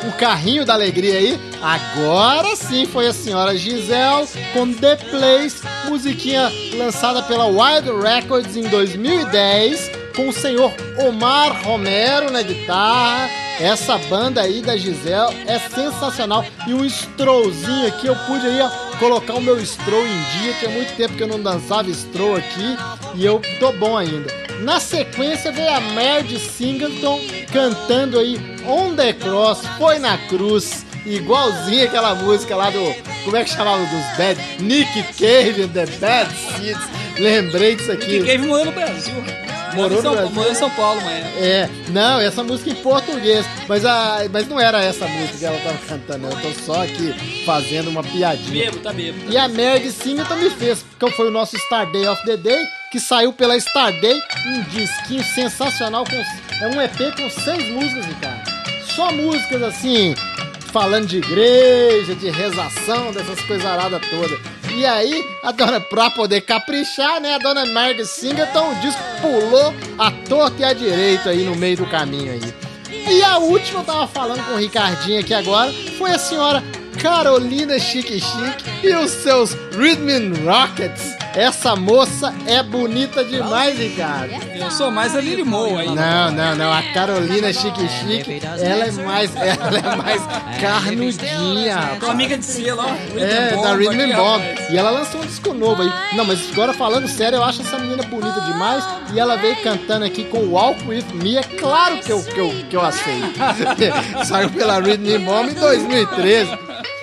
o carrinho da alegria aí. Agora sim foi a senhora Gisele com The Place, musiquinha lançada pela Wild Records em 2010, com o senhor Omar Romero na guitarra. Essa banda aí da Gisele é sensacional. E um strowzinho aqui, eu pude aí, ó, colocar o meu strow em dia. Tinha muito tempo que eu não dançava strow aqui e eu tô bom ainda. Na sequência veio a Mary Singleton cantando aí On The Cross, Foi na Cruz, igualzinho aquela música lá do, como é que chamava, dos Bad, Nick Cave and the Bad Seeds. Lembrei disso aqui. Nick Cave morou no Brasil. Morou em São Paulo, mas não, essa música em português, mas não era essa música que ela tava cantando, eu tô só aqui fazendo uma piadinha. Tá bebo. E a Mary Singleton me fez, porque foi o nosso Star Day of the Day, que saiu pela Star Day, um disquinho sensacional, é um EP com 6 músicas, cara. Só músicas assim, falando de igreja, de rezação, dessas coisaradas todas. E aí, pra poder caprichar, né, a dona Mary Singleton, o disco pulou a torta e a direita aí no meio do caminho aí. E a última, eu tava falando com o Ricardinho aqui agora, foi a senhora Carolina Chique Chique e os seus Rhythm Rockets. Essa moça é bonita demais, Ricardo. Eu sou mais a Lily Moe aí. Não. A Carolina Chique Chique, ela é mais carnudinha. Tua amiga de selo, ó. Da Rhythm Bomb. E ela lançou um disco novo aí. Não, mas agora falando sério, eu acho essa menina bonita demais. E ela veio cantando aqui com Walk With Me. É claro que eu aceito. Saiu pela Rhythm Bomb em 2013.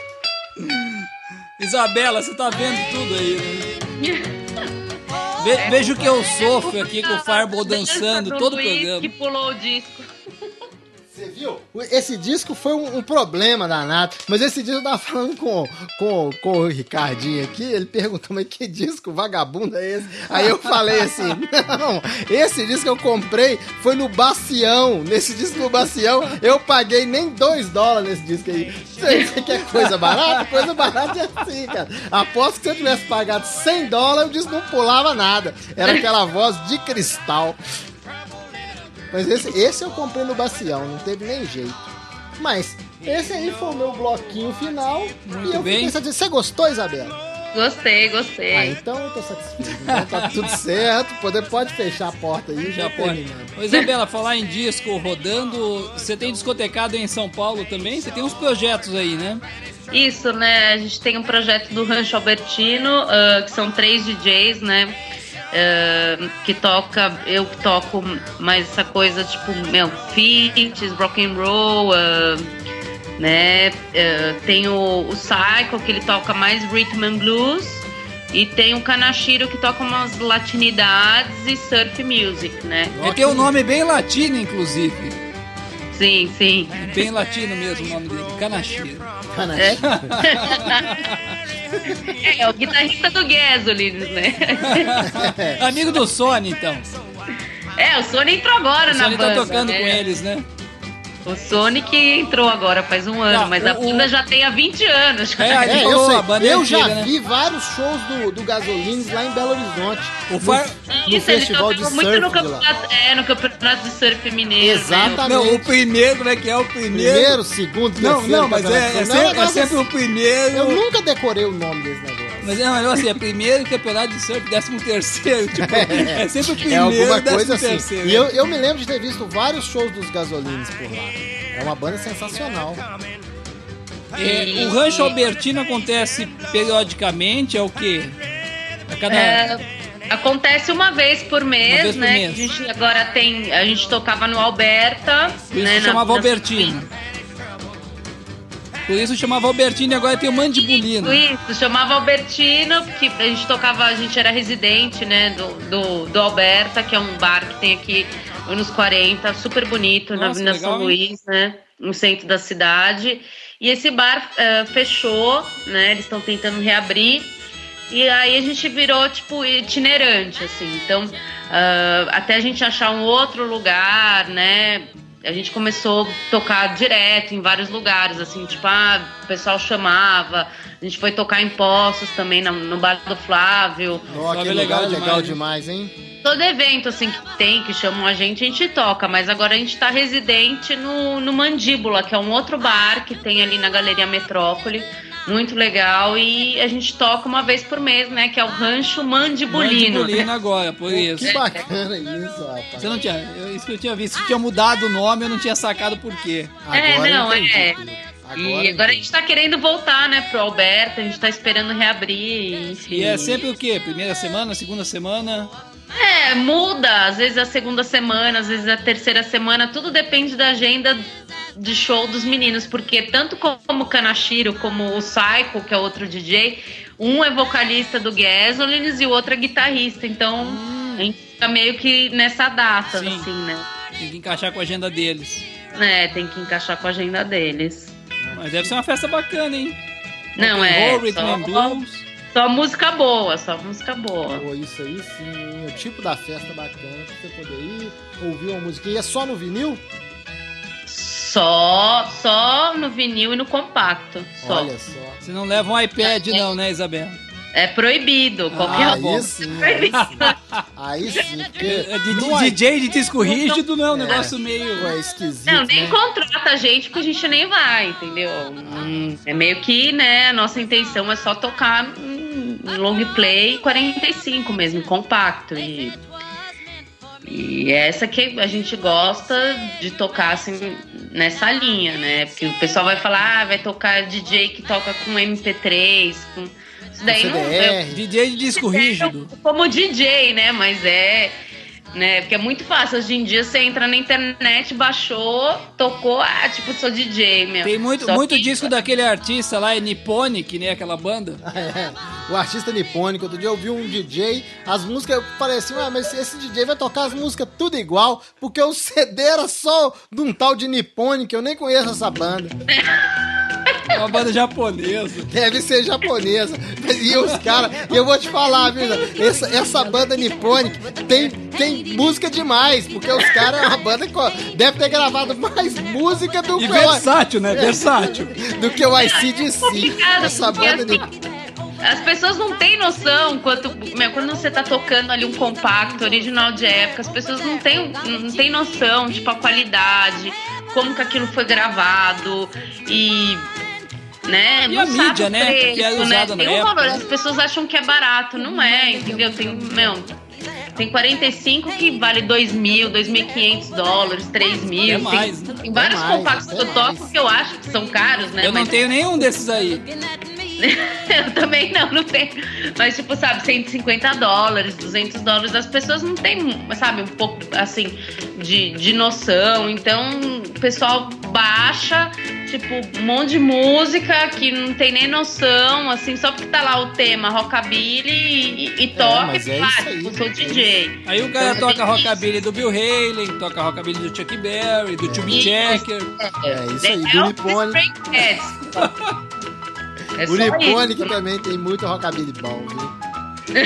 Isabela, você tá vendo tudo aí, né? Veja o que eu sofro aqui com o Fireball dançando todo o programa. Que pulou o disco. Você viu? Esse disco foi um problema danado. Mas esse disco eu tava falando com o Ricardinho aqui. Ele perguntou, mas que disco vagabundo é esse? Aí eu falei assim, não, esse disco que eu comprei foi no Bacião. Nesse disco no Bacião, eu paguei nem $2 nesse disco aí. Você quer coisa barata? Coisa barata é assim, cara. Aposto que se eu tivesse pagado $100, o disco não pulava nada. Era aquela voz de cristal. Mas esse eu comprei no Bacião, não teve nem jeito. Mas esse aí foi o meu bloquinho final. Muito e eu bem. fiquei satisfeito. Você gostou, Isabela? Gostei. Ah, então eu tô satisfeito. Então tá tudo certo. Pode fechar a porta aí. Já pode. Ô, Isabela, falar em disco rodando, você tem discotecado em São Paulo também? Você tem uns projetos aí, né? Isso, né? A gente tem um projeto do Rancho Albertino, que são 3 DJs, né? Eu toco mais essa coisa tipo, feats, rock and roll, né? Tem o Psycho, que ele toca mais rhythm and blues, e tem o Kanashiro, que toca umas latinidades e surf music, né? Ele tem um nome bem latino, inclusive. Sim. Bem latino mesmo o nome dele, Kanashiro. É o guitarrista do Gasolines, né? Amigo do Sony, então. O Sony entrou agora na banda. O Sony tá tocando né? com eles, né? O Sony que entrou agora faz um ano, mas a banda já tem há 20 anos. Eu sei. A banda é Eu antiga, já né? vi vários shows do Gasolines lá em Belo Horizonte. No Isso, festival ele de tocou muito surf no de lá. campeonato de surf mineiro. Exatamente. Não, o primeiro, como é que é o primeiro? Primeiro, segundo, terceiro. Não, mas é sempre o primeiro. Eu nunca decorei o nome desse negócio. Mas é assim, é primeiro campeonato de surf, 13º, tipo, é sempre o primeiro, É alguma coisa 13º. assim. E eu me lembro de ter visto vários shows dos Gasolines por lá. É uma banda sensacional. O Rancho Albertino acontece periodicamente, é o quê? A cada... Acontece uma vez por mês, vez por né? mês. Que a gente agora tem. A gente tocava no Alberta. Por isso né, chamava Albertino. Por isso chamava Albertino e agora tem o Mandibulino. Isso, chamava Albertino, porque a gente tocava, a gente era residente, né, do Alberta, que é um bar que tem aqui anos 40, super bonito, na Avenida legal, São Luís, né, no centro da cidade. E esse bar fechou, né, eles estão tentando reabrir. E aí a gente virou, tipo, itinerante, assim. Então, até a gente achar um outro lugar, né, a gente começou a tocar direto em vários lugares, assim, tipo, o pessoal chamava, a gente foi tocar em Poços também, no Bar do Flávio. Ó, que legal demais, hein? Todo evento, assim, que chamam a gente toca, mas agora a gente tá residente no Mandíbula, que é um outro bar que tem ali na Galeria Metrópole, muito legal, e a gente toca uma vez por mês, né, que é o Rancho Mandibulino. Mandibulino agora, por isso. Que bacana isso, rapaz. Você não tinha, isso que eu tinha visto, tinha mudado o nome, eu não tinha sacado por quê. E agora a gente tá querendo voltar, né, pro Alberta, a gente tá esperando reabrir, enfim. E é sempre o quê? Primeira semana, segunda semana? Muda, às vezes a segunda semana, às vezes a terceira semana, tudo depende da agenda de show dos meninos, porque tanto como o Kanashiro, como o Psycho, que é outro DJ, um é vocalista do Gasolines e o outro é guitarrista, então a gente fica meio que nessa data, Sim. assim, né? Tem que encaixar com a agenda deles. Tem que encaixar com a agenda deles. Mas deve ser uma festa bacana, hein? Não, Rhythm and Blues. Só música boa. Pô, isso aí sim, o tipo da festa bacana pra você poder ir, ouvir uma musiquinha. É só no vinil? Só no vinil e no compacto. Só. Olha só. Você não leva um iPad não, né, Isabela? É proibido, qualquer Aí sim. Aí sim. DJ de disco rígido não é um negócio meio... É esquisito, Não, nem né? contrata a gente porque a gente nem vai, entendeu? É meio que, né, a nossa intenção é só tocar em long play 45 mesmo, compacto. E é essa que a gente gosta de tocar, assim, nessa linha, né? Porque o pessoal vai falar, vai tocar DJ que toca com MP3, com... Isso daí não... DJ de disco rígido. Como DJ, né? Mas né? Porque é muito fácil. Hoje em dia você entra na internet, baixou, tocou, tipo, sou DJ, meu. Tem muito disco daquele artista lá, é Nipponic, né? Aquela banda. O artista nipônico. Outro dia eu vi um DJ, as músicas pareciam, mas esse DJ vai tocar as músicas tudo igual, porque o CD era só de um tal de Nipponic, eu nem conheço essa banda. É uma banda japonesa. Deve ser japonesa. E os caras, eu vou te falar, viu? Essa banda Nipponic tem música demais, porque os caras é uma banda que deve ter gravado mais música do que versátil, né? Versátil. Do que o AC/DC. Essa banda As pessoas não têm noção quando você tá tocando ali um compacto original de época, as pessoas não têm noção, tipo, a qualidade, como que aquilo foi gravado e... Né? E a mídia, né? Preço, que é usada na época. Valor. As pessoas acham que é barato, não é, entendeu? Tem 45 que vale $2.000, $2.500, $3.000. É mais, né? Tem vários compactos que eu toco que eu acho que são caros, né? Eu não tenho nenhum desses aí. Eu também não tenho. Mas, tipo, sabe, $150, $200, as pessoas não têm, sabe, um pouco, assim, de noção. Então, o pessoal baixa, tipo, um monte de música que não tem nem noção, assim, só porque tá lá o tema rockabilly e toca e fala, tipo, sou DJ. Aí o cara toca rockabilly do Bill Haley, toca rockabilly do Chuck Berry, do Chubby Checker. É isso aí, do Nipponic. O Nipponic também tem muito rockabilly bom, viu?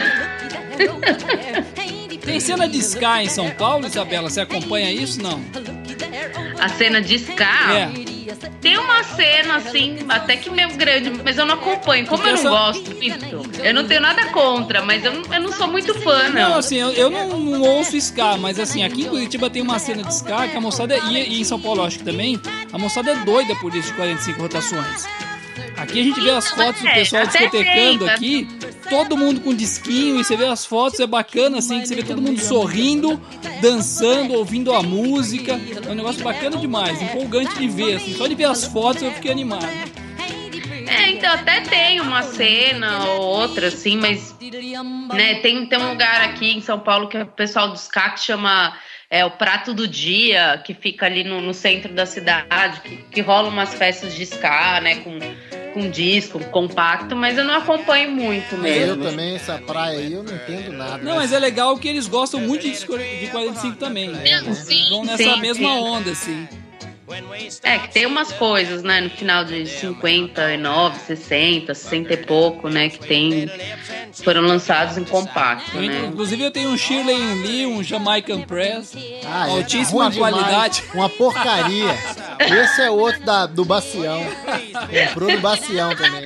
Tem cena de ska em São Paulo, Isabela? Você acompanha isso, não? A cena de ska? Tem uma cena, assim, até que meio grande, mas eu não acompanho. Como eu não gosto disso, eu não tenho nada contra, mas eu não sou muito fã, não. Não, assim, eu não ouço ska, mas assim, aqui em Curitiba tem uma cena de ska que a moçada, e em São Paulo acho que também, a moçada é doida por isso de 45 rotações. Aqui a gente vê as fotos do pessoal discotecando aqui, todo mundo com disquinho, e você vê as fotos, é bacana assim, que você vê todo mundo sorrindo, dançando, ouvindo a música, é um negócio bacana demais, empolgante de ver, assim, só de ver as fotos eu fiquei animado. Então até tem uma cena ou outra, assim, mas né, tem um lugar aqui em São Paulo que é o pessoal do ska que chama... o Prato do Dia, que fica ali no centro da cidade, que rola umas festas de ska, né, com disco, compacto, mas eu não acompanho muito mesmo. Eu também, essa praia aí, eu não entendo nada. Não, mas é legal que eles gostam muito de 45 também. Eles vão nessa mesma onda, assim. Que tem umas coisas, né, no final de 59, 60, 60 e pouco, né, que foram lançados em compacto, né? Inclusive eu tenho um Shirley Lee, um Jamaican Press, altíssima ruim demais, qualidade. uma porcaria. Esse é outro do Bacião. Comprou no Bacião também.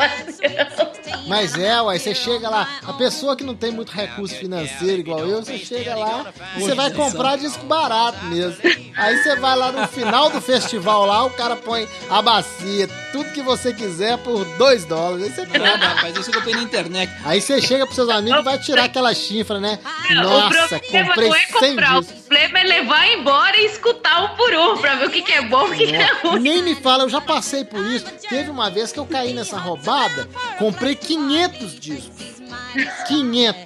Mas uai, você chega lá, a pessoa que não tem muito recurso financeiro igual eu, você chega lá e você vai comprar disco barato mesmo. Aí você vai lá no final do festival lá, o cara põe a bacia, tudo que você quiser por $2. Aí você compra. Rapaz, isso que eu comprei na internet. Aí você chega pros seus amigos e vai tirar aquela chifra, né? Nossa, comprei não é 100 comprar, discos. o problema é levar embora e escutar um por um pra ver o que é bom e o que é ruim. Nem me fala, eu já passei por isso. Teve uma vez que eu caí nessa roubada, comprei 500 discos. 500.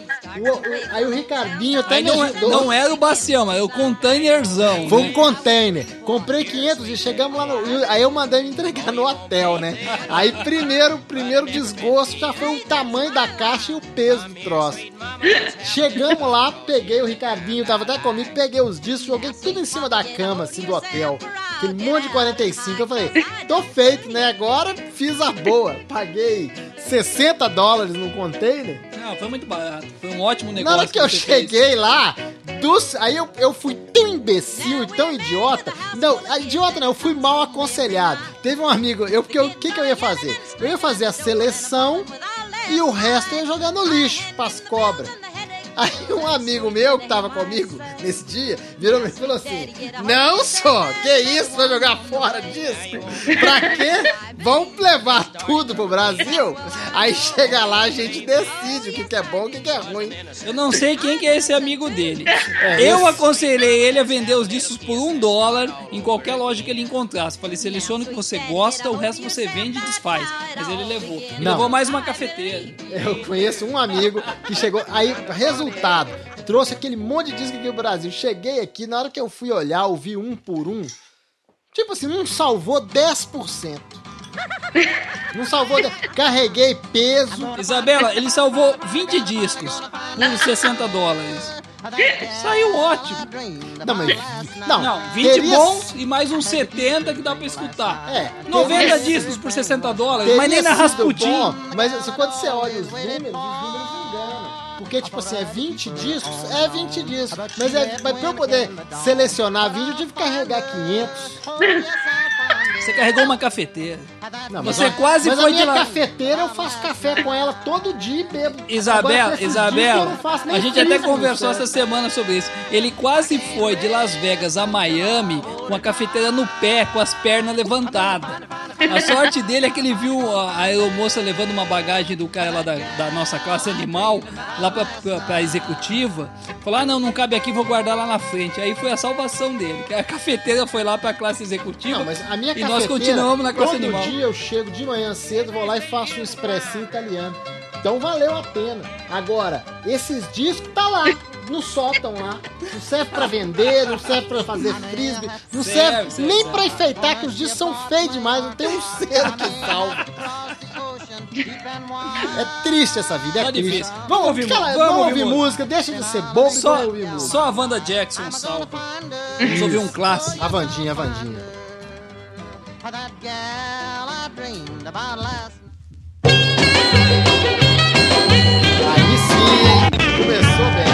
Aí o Ricardinho até Aí me ajudou. não era o Bacião, mas era o containerzão. Foi né? um container. Comprei 500 e chegamos lá aí eu mandei me entregar no hotel, né? Aí primeiro desgosto já foi o tamanho da caixa e o peso do troço. Chegamos lá, peguei o Ricardinho, tava até comigo, peguei os discos, joguei tudo em cima da cama, assim, do hotel. Aquele monte de 45. Eu falei, tô feito, né? Agora fiz a boa. Paguei $60 no container. Não, foi muito barato. Foi um ótimo negócio. Na hora que eu você cheguei fez. lá, aí eu fui tão imbecil e tão idiota. Não, idiota não, eu fui mal aconselhado. Teve um amigo, o que eu ia fazer? Eu ia fazer a seleção e o resto eu ia jogar no lixo, pras cobras. Aí um amigo meu que tava comigo nesse dia virou e falou assim: não só, que isso, vai jogar fora disso? Pra quê? Vamos levar tudo pro Brasil? Aí chega lá, a gente decide o que é bom e o que é ruim. Eu não sei quem que é esse amigo dele. Eu aconselhei ele a vender os discos por $1 em qualquer loja que ele encontrasse. Falei, seleciona o que você gosta, o resto você vende e desfaz. Mas ele levou. Ele levou mais uma cafeteira. Eu conheço um amigo que chegou. Aí, resultado, trouxe aquele monte de disco aqui no Brasil. Cheguei aqui, na hora que eu fui olhar, ouvi um por um. Tipo assim, não salvou 10%. Não salvou. Carreguei peso. Isabela, ele salvou 20 discos por $60. Saiu ótimo. Não, 20 bons e mais uns 70 que dá pra escutar. 90 discos por $60, mas nem na Rasputin. Mas quando você olha os números enganam. Porque, tipo assim, é 20 discos? É 20 discos. Mas pra eu poder selecionar 20, eu tive que carregar 500. Você carregou uma cafeteira. Não, Você quase mas foi a minha de lá. cafeteira, eu faço café com ela todo dia e bebo. Isabela, a a gente até conversou essa semana sobre isso. Ele quase foi de Las Vegas a Miami com a cafeteira no pé, com as pernas levantadas. A sorte dele é que ele viu a aeromoça levando uma bagagem do cara lá da nossa classe animal, lá pra executiva. Falou, não cabe aqui, vou guardar lá na frente. Aí foi a salvação dele, que a cafeteira foi lá pra classe executiva. Não, mas a minha e nós continuamos na classe animal. Todo dia eu chego de manhã cedo, vou lá e faço um expressinho italiano. Então valeu a pena. Agora, esses discos tá lá, no sótão lá. Não serve pra vender, não serve pra fazer frisbee, não serve nem pra enfeitar, que os discos são feios demais, não tem um selo que salva. É triste essa vida, é triste. Difícil. Vamos ouvir música, deixa de ser bobo e vamos ouvir música. Só a Wanda Jackson salva. Vamos ouvir um clássico. A Vandinha. Aí sim, começou bem.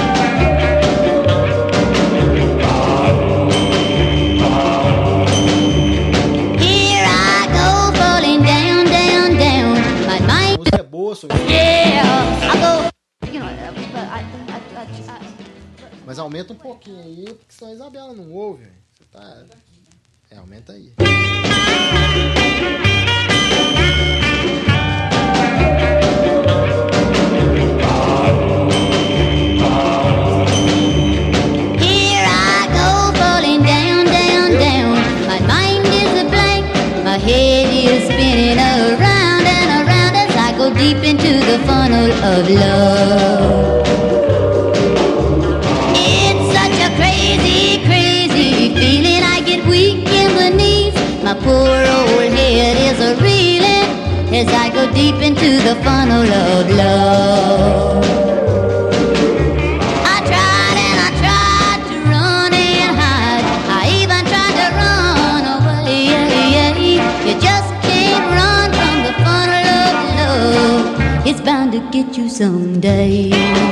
Here I go, falling down, down, down. My mind, A música é boa, só yeah, I go. You know, but I mas aumenta um pouquinho aí, porque senão a Isabela não ouve. Você tá... aumenta aí. Here I go, falling down, down, down. My mind is a blank, my head is spinning around and around as I go deep into the funnel of love. It's such a crazy, crazy feeling. I get weak in the knees. My poor old head is a reeling as I go deep into the funnel of love. I tried and I tried to run and hide. I even tried to run away. bound to get you someday.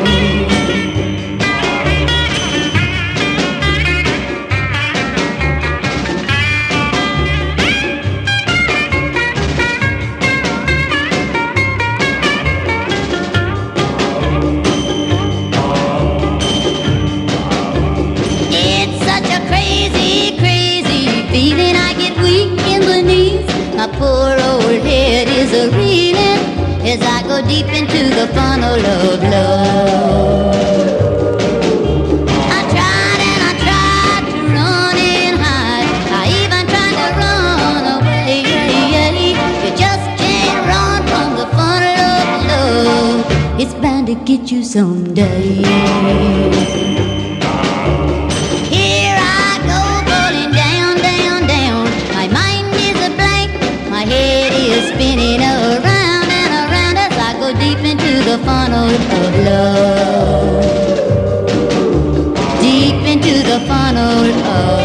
Feeling I get weak in the knees. My poor old head is a reeling as I go deep into the funnel of love. I tried and I tried to run and hide. I even tried to run away. You just can't run from the funnel of love. It's bound to get you someday. Spinning around and around as I go deep into the funnel of love. Deep into the funnel of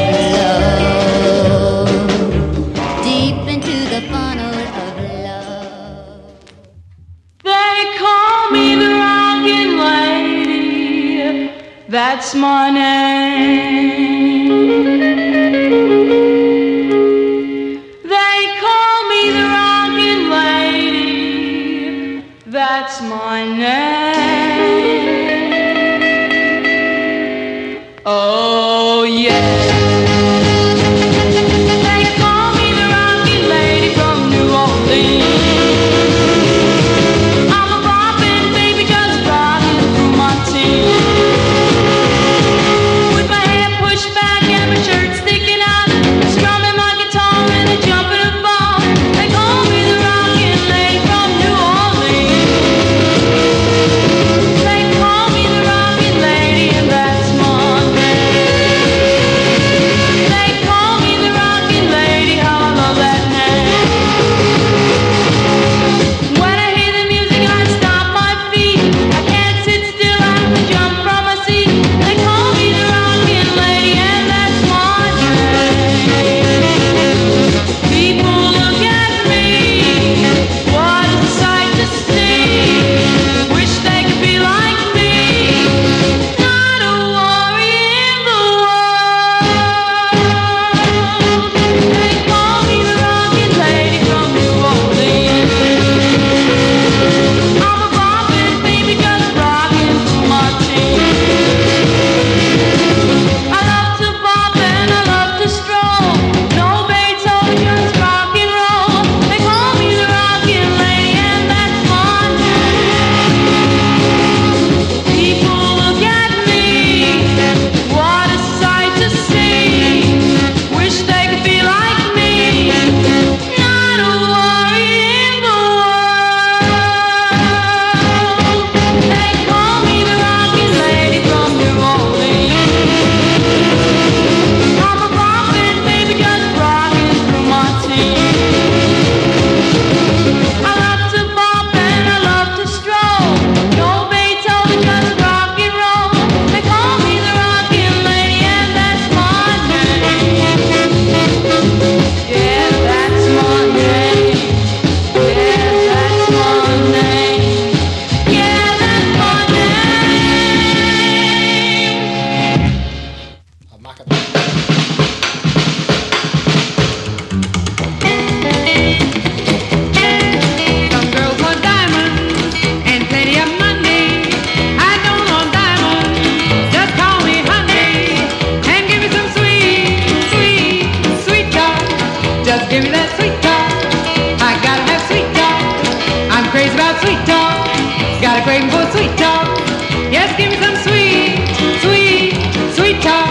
love. Deep into the funnel of love. They call me the rockin' lady. That's my name. That's my name. Oh yeah. They call me the rockin' lady from New Orleans. I'm a boppin' baby, just rockin' through my teens. With my hair pushed back and my shirt sticking out, strumming my guitar and a jumping a ball. They call me the rockin' lady from New Orleans. They call me the rockin' lady and that's my name. They call me the rockin' lady, how I love that name. When I hear the music I stop my feet. I can't sit still, I have to jump from my seat. They call me the rockin' lady and that's my name. People look at me, what a sight to see. Wish they could be like me, not a worry in the world. They call me the rockin' lady from New Orleans. I'm a boppin' baby, just rockin' through my teens. I love to bop and I love to stroll. No Beethoven, just rock and roll. They call me the rockin' lady and that's my name. People look at me, what a sight to see. Wish they could be like me, not a worry in the world. They call me the rockin' lady from New Orleans. I'm a boppin' baby, just rockin' through my teens. I love to bop and I love to stroll. No Beethoven, just rock and roll. They call me the rockin' lady and that's my name. Yeah, that's my name. Yeah, that's my name. Yeah, that's my name. A marca Some girls want diamonds and plenty of money. I don't want diamonds, just call me honey. And give me some sweet, sweet, sweet talk. Just give me that sweet talk. I gotta have sweet talk. I'm crazy about sweet talk. Got a craving for sweet talk. Yes, give me some sweet, sweet, sweet talk.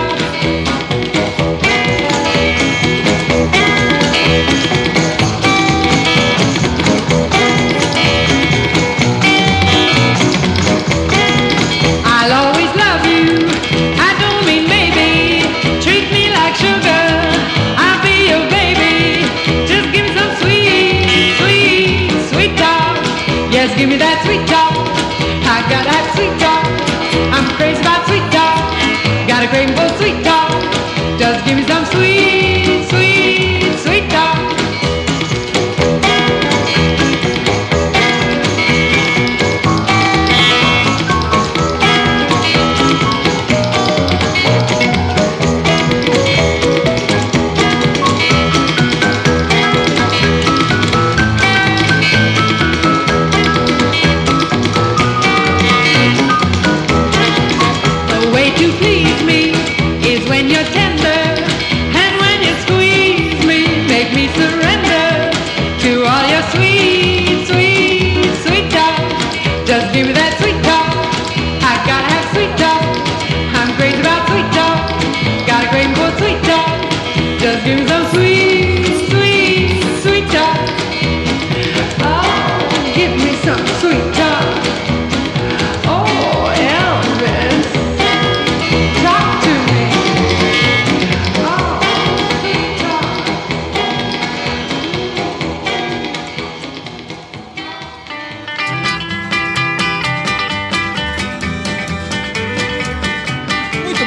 I'll always love you. I don't mean maybe. Treat me like sugar. I'll be your baby. Just give me some sweet, sweet, sweet talk. Yes, give me that sweet talk. I got that sweet talk. I'm crazy about sweet talk. Got a craving for sweet talk. Just give me some sweet, sweet, sweet talk.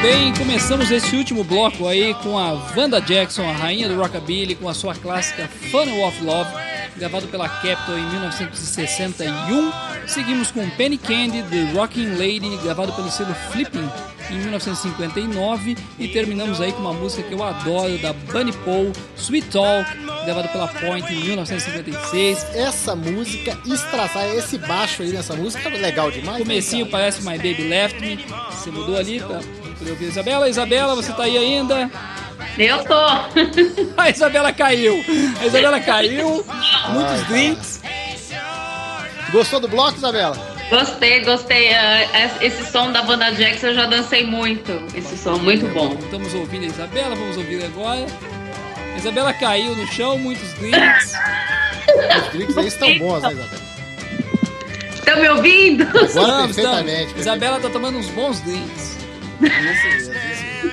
bem, começamos esse último bloco aí com a Wanda Jackson, a rainha do rockabilly, com a sua clássica Funnel of Love, gravado pela Capitol em 1961. Seguimos com Penny Candy, The Rockin' Lady, gravado pelo selo Flipping em 1959. E terminamos aí com uma música que eu adoro, da Bunny Paul, Sweet Talk, gravado pela Point em 1956. Essa música estraçada, esse baixo aí nessa música é legal demais. Comecinho parece My Baby Left Me. Você mudou ali pra poder ouvir a Isabela. Isabela, você tá aí ainda? Eu tô. A Isabela caiu. Muitos drinks. Gostou do bloco, Isabela? Gostei. Esse som da Wanda Jackson eu já dancei muito. Esse som muito bom. Estamos ouvindo a Isabela, vamos ouvir agora. A Isabela caiu no chão, muitos drinks. Os drinks aí estão bons, né, Isabela? Estão me ouvindo? Agora perfeitamente. Isabela tá tomando uns bons drinks. Isso mesmo.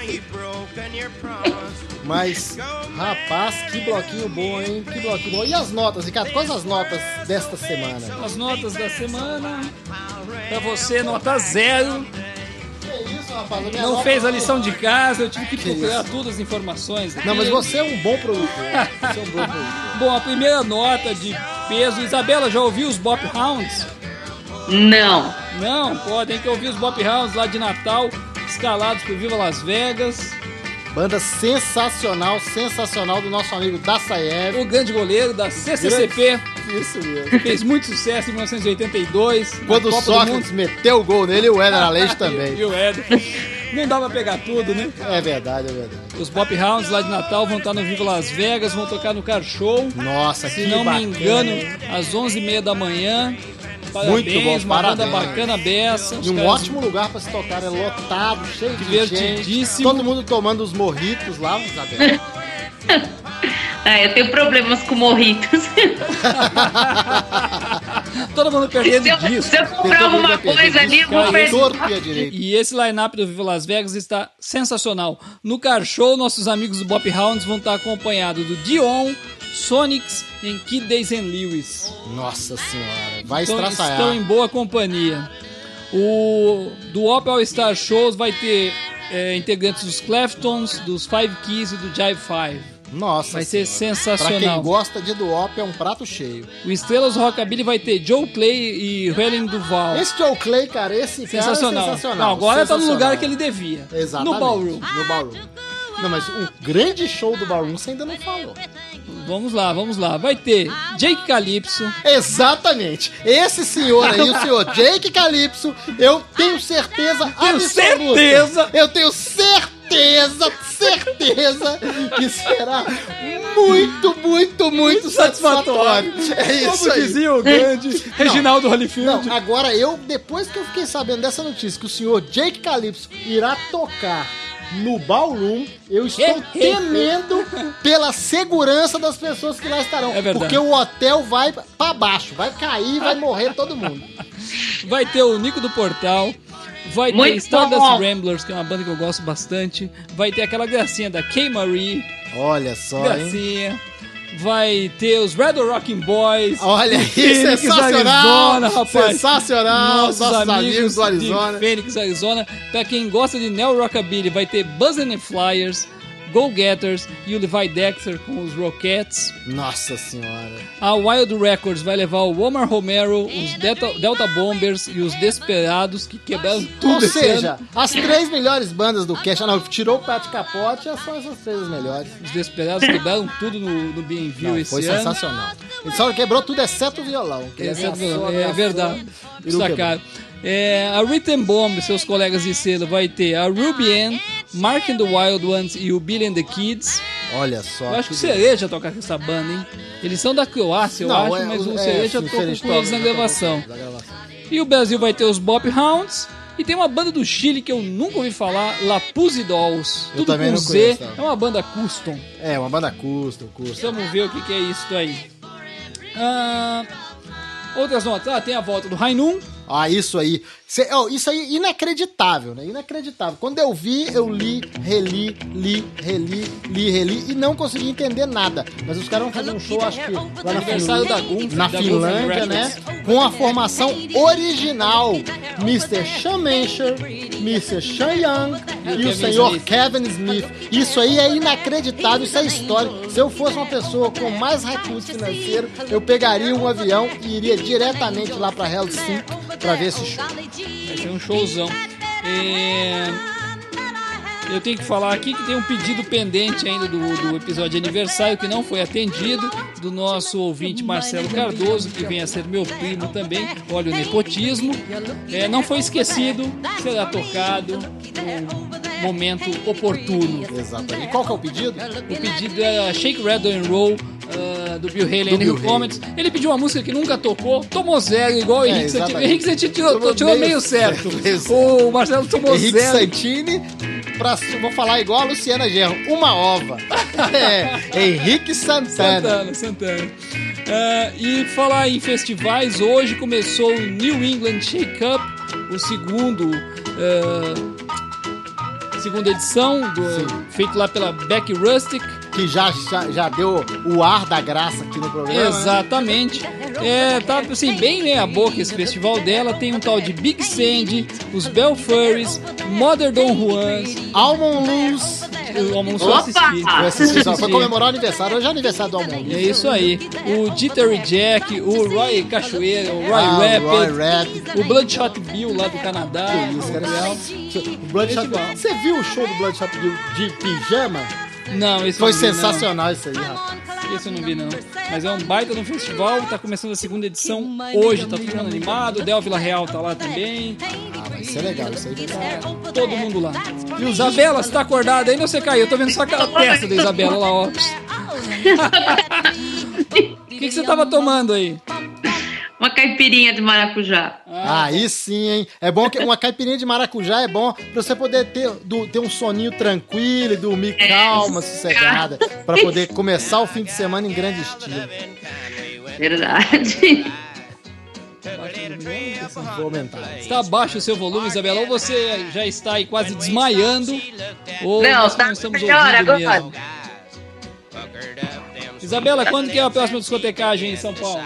Mas, rapaz, que bloquinho bom, hein? Que bloquinho bom. E as notas, Ricardo? Quais as notas desta semana? As notas da semana. Pra você, nota 0. Que isso, rapaz? A minha Não nota fez a não- lição de casa, eu tive que Que procurar isso? todas as informações aqui. Não, mas você é um bom produtor. Você é um bom produtor. Bom, a primeira nota de peso. Isabela, já ouviu os Bop Hounds? Não. Não, pô, tem que ouvir os Bop Hounds lá de Natal, escalados por Viva Las Vegas. Banda sensacional do nosso amigo Dassaev. O grande goleiro da CCCP, Isso mesmo. fez muito sucesso em 1982. na Quando o Copa do Mundo. Sócrates meteu o gol nele, o Éder Aleixo E também. o Éder. Não dá pra pegar tudo, né? É verdade. Os Bop Hounds lá de Natal vão estar no Viva Las Vegas, vão tocar no Car Show. Nossa, Se que não bacana. me engano, às 11h30 da manhã. Parabéns, Muito bom, uma banda parabéns. bacana beça. E um ótimo lugar pra se tocar, é lotado, cheio de gente. Divertidíssimo. Todo mundo tomando os morritos lá, Isabela. Eu tenho problemas com morritos. Todo mundo perdendo Se eu disso. comprar alguma coisa ali, eu vou Caiu perder. torto e à direita. E esse line-up do Viva Las Vegas está sensacional. No Car Show, nossos amigos do Bop Hounds vão estar acompanhados do Dion, Sonics e Kid Days and Lewis. Nossa senhora, vai Então, estraçaiar. estão em boa companhia. O do Op All Star Shows vai ter integrantes dos Cleftons, dos Five Keys e do Jive Five. Nossa Vai ser senhora. sensacional. Pra quem gosta de do-op, é um prato cheio. O Estrelas Rockabilly vai ter Joe Clay e Helen Duval. Esse Joe Clay, cara, esse Sensacional. cara é sensacional. Não, agora tá no Sensacional. lugar que ele devia. Exatamente. No Ballroom. No Ballroom. Não, mas o grande show do Ballroom você ainda não falou. Vamos lá. Vai ter Jake Calypso. Exatamente. Esse senhor aí, o senhor Jake Calypso, eu tenho certeza absoluta. Eu tenho certeza que será muito satisfatório. É isso Como aí. dizia o grande Reginaldo Holyfield. Não, agora depois que eu fiquei sabendo dessa notícia, que o senhor Jake Calypso irá tocar no Ballroom, eu estou temendo pela segurança das pessoas que lá estarão. É verdade. Porque o hotel vai pra baixo, vai cair, vai morrer todo mundo. Vai ter o Nico do Portal. Vai Muito ter Stardust bom. Ramblers, que é uma banda que eu gosto bastante. Vai ter aquela gracinha da K-Marie. Olha só, hein? Gracinha. Vai ter os Red Rocking Boys. Olha aí, Phoenix, sensacional! Arizona, rapaz. Sensacional! Nossos amigos do Arizona. de Phoenix, Arizona. Pra quem gosta de Neo Rockabilly, vai ter Buzz and the Flyers, Go Getters e o Levi Dexter com os Rockettes. Nossa senhora. A Wild Records vai levar o Omar Romero, os Delta Bombers e os Desperados, que quebraram tudo Ou esse seja, ano. as 3 melhores bandas do Cash. Não, tirou o Pat Capote, são essas 3 as melhores. Os Desperados quebraram tudo no Bienville Não, esse foi ano. sensacional. Ele só quebrou tudo, exceto o violão. Que ele É verdade. E não Sacaram. A Rhythm Bomb, seus colegas de selo, vai ter a Ruby Ann, Mark and the Wild Ones e o Billy and the Kids. Olha só. Eu acho que o Cereja toca com essa banda, hein? Eles são da Croácia, eu acho, mas o Cereja toca com eles na gravação. E o Brasil vai ter os Bop Hounds. E tem uma banda do Chile que eu nunca ouvi falar, La Pussy Dolls. Eu Tudo também com não Z. conheço, não. É uma banda custom. É, uma banda custom. Vamos ver o que é isso aí. Outras notas. Tem a volta do Rainum. Isso aí. Isso aí, inacreditável, né? Inacreditável. Quando eu vi, eu li, reli e não consegui entender nada. Mas os caras vão fazer um show, acho que lá na Aniversário da Guns, na da Finlândia, Guns N' né? Records. Com a formação original Mr. Sean Mencher, Mr. Sean Young e o Kevin senhor Smith. Kevin Smith. Isso aí é inacreditável, isso é histórico. Se eu fosse uma pessoa com mais recursos financeiros, eu pegaria um avião e iria diretamente lá para Helsinki para ver esse show. Vai ser um showzão. Eu tenho que falar aqui que tem um pedido pendente ainda do episódio de aniversário que não foi atendido, do nosso ouvinte Marcelo Cardoso, que vem a ser meu primo também. Olha o nepotismo. Não foi esquecido, será tocado no momento oportuno. Exatamente. E qual que é o pedido? O pedido é Shake, Rattle and Roll, do Bill Haley and the Comets. Ele pediu uma música que nunca tocou, tomou zero, igual o Henrique Santini. exatamente. Henrique Santini tirou meio certo. O Marcelo tomou Henrique zero. Santini, vou falar igual a Luciana Gerro, uma ova. Henrique Santana. Santana. E falar em festivais, hoje começou o New England Shake Up, o segunda edição, feito lá pela Becky Rustic. Que já deu o ar da graça aqui no programa. Exatamente. Tá assim, bem meia boca esse festival dela. Tem um tal de Big Sandy, os Belfurries, Mother Don Juans, Almond Luz. O Almond Luz eu assisti. Eu assisti só, foi comemorar o aniversário. Hoje é aniversário do Almond Luz. É isso aí. O Jittery Jack, o Roy Cachoeira, o Roy Rapid, o Bloodshot Bill lá do Canadá. Que isso, cara. O Bloodshot Bill. Você viu o show do Bloodshot Bill de pijama? Não, esse Foi eu não vi, sensacional isso aí, rapaz. Esse eu não vi, não. Mas é um baita de um festival, tá começando a segunda edição hoje, tá todo mundo animado, o Del Vila Real tá lá também. Vai ser legal isso aí. Tá todo mundo lá. E o Isabela, você tá acordada ainda ou você caiu? Eu tô vendo só aquela testa da Isabela lá, ó. O que você tava tomando aí? Uma caipirinha de maracujá. Aí sim, hein? É bom que uma caipirinha de maracujá é bom pra você poder ter um soninho tranquilo e dormir calma, sossegada, pra poder começar o fim de semana em grande estilo. Verdade. Vou aumentar. Está abaixo o seu volume, Isabela, ou você já está aí quase desmaiando, ou Não, nós tá não estamos melhor ouvindo agora. mesmo. Isabela, quando que é a próxima discotecagem em São Paulo?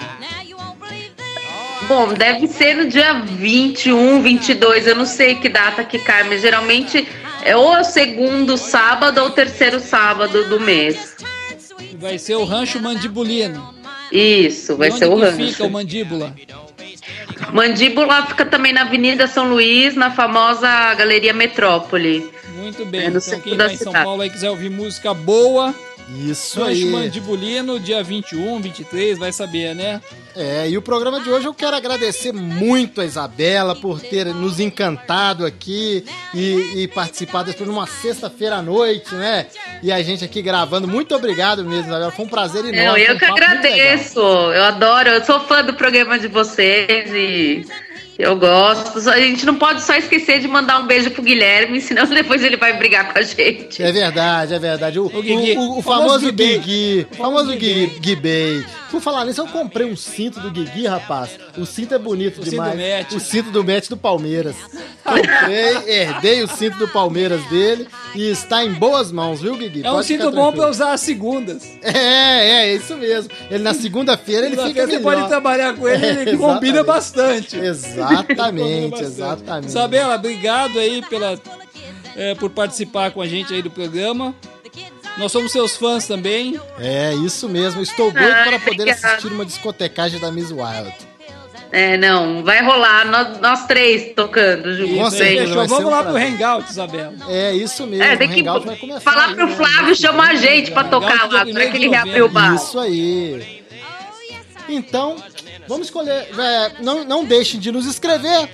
Bom, deve ser no dia 21, 22, eu não sei que data que cai, mas geralmente é ou o segundo sábado ou o terceiro sábado do mês. Vai ser o Rancho Mandibulino. Isso, vai E ser o onde que rancho. fica o Mandíbula? Mandíbula fica também na Avenida São Luís, na famosa Galeria Metrópole. Muito bem, É no então centro quem da tá em São cidade. Paulo aí quiser ouvir música boa, Isso Rancho aí. Mandibulino, dia 21, 23, vai saber, né? E o programa de hoje eu quero agradecer muito a Isabela por ter nos encantado aqui e participado por uma sexta-feira à noite, né? E a gente aqui gravando. Muito obrigado mesmo, Isabela. Foi um prazer enorme. Eu foi um que papo muito legal. agradeço, eu adoro, eu sou fã do programa de vocês e eu gosto. A gente não pode só esquecer de mandar um beijo pro Guilherme, senão depois ele vai brigar com a gente. É verdade, é verdade. O Guigui. famoso Guigui. Guigui. O famoso Guigui. Por falar nisso, eu comprei um cinto do Guigui, rapaz. O cinto é bonito O cinto demais. do Met. O cinto do Met do Palmeiras. Comprei, herdei o cinto do Palmeiras dele e está em boas mãos, viu, Guigui? É um Pode cinto ficar bom tranquilo. pra usar às segundas. É isso mesmo. Ele na segunda-feira ele fica Você melhor. pode trabalhar com ele, ele Exatamente. combina bastante. Exatamente, exatamente. Isabela, obrigado aí por participar com a gente aí do programa. Nós somos seus fãs também. É isso mesmo. Estou doido para poder obrigada. assistir uma discotecagem da Miss Wild. Não, vai rolar, nós três tocando juntos. Com Isso aí, certeza, fechou. vai ser Vamos um lá pro prazer. Hangout, Isabela. É isso mesmo. Tem o que Hangout vai começar falar aí, pro né? Flávio chamar a gente pra tocar lá, dia pra que ele 1º de reabriu o bar. Isso aí. Então, vamos escolher. Não deixem de nos escrever.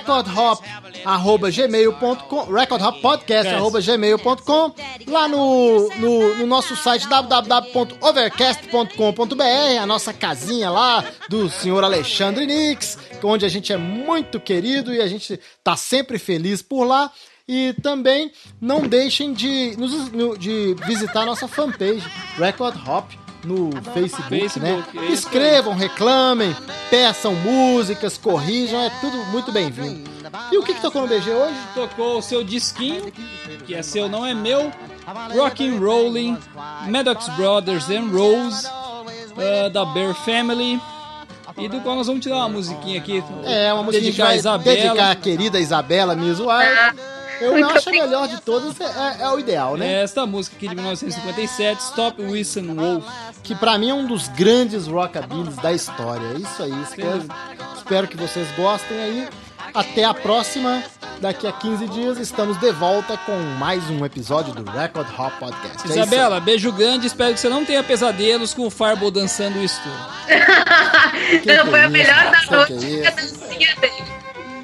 recordhop@gmail.com, recordhoppodcast@gmail.com, lá no nosso site www.overcast.com.br, a nossa casinha lá do senhor Alexandre Nix, onde a gente é muito querido e a gente tá sempre feliz por lá. E também não deixem de visitar a nossa fanpage, Record Hop, no Facebook, né? é isso Escrevam, reclamem, peçam músicas, corrijam, é tudo muito bem-vindo. E o que tocou no BG hoje? Tocou o seu disquinho, que é seu, não é meu. Rockin' Rollin', Maddox Brothers and Rose, da Bear Family. E do qual nós vamos tirar uma musiquinha aqui. É, uma música que a gente dedicar a vai Isabela. dedicar à querida Isabela Miss Wild. Eu Muito acho a melhor de todas, é o ideal, né? Esta música aqui de 1957, Stop Whistling Wolf. Que pra mim é um dos grandes rockabillys da história. É isso aí, espero que vocês gostem aí. Até a próxima. Daqui a 15 dias estamos de volta com mais um episódio do Record Hop Podcast. Isabela, beijo grande, espero que você não tenha pesadelos com o Fireball dançando isso tudo. Não, foi a melhor da noite, Que a dancinha dele.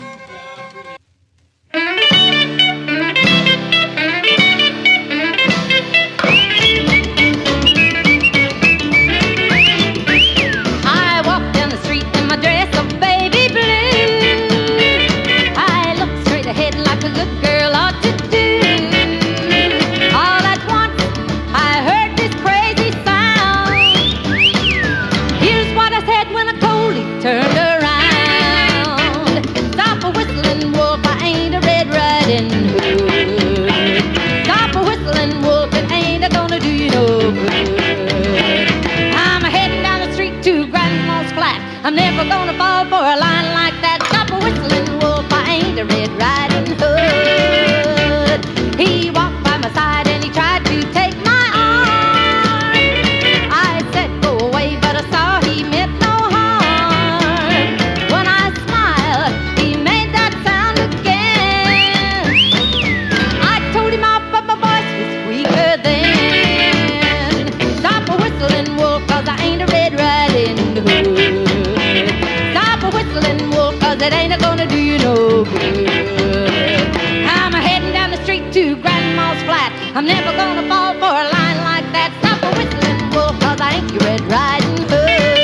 I walk down the street in my dress of baby blue. I look straight ahead like a good girl ought to do. All at once I heard this crazy sound. Here's what I said when I totally turned around. Stop a whistling wolf, I ain't a Red Riding Hood. Stop a whistling wolf, it ain't gonna do you no good. I'm heading down the street to Grandma's flat. I'm never gonna fall for a line like that. Stop a whistling wolf, I ain't a Red Riding Hood. He walked by my side and he tried to take my arm. I said go away, but I saw he meant no harm. When I smiled, he made that sound again. I told him off, but my voice was weaker then. Stop a whistling wolf, 'cause I ain't a Red Riding Hood. Stop a whistling wolf, 'cause it ain't gonna do you no good. I'm heading down the street to Grandma's flat. I'm never gonna fall for a line like that. Stop a whistling wolf, 'cause I ain't your Red Riding Hood.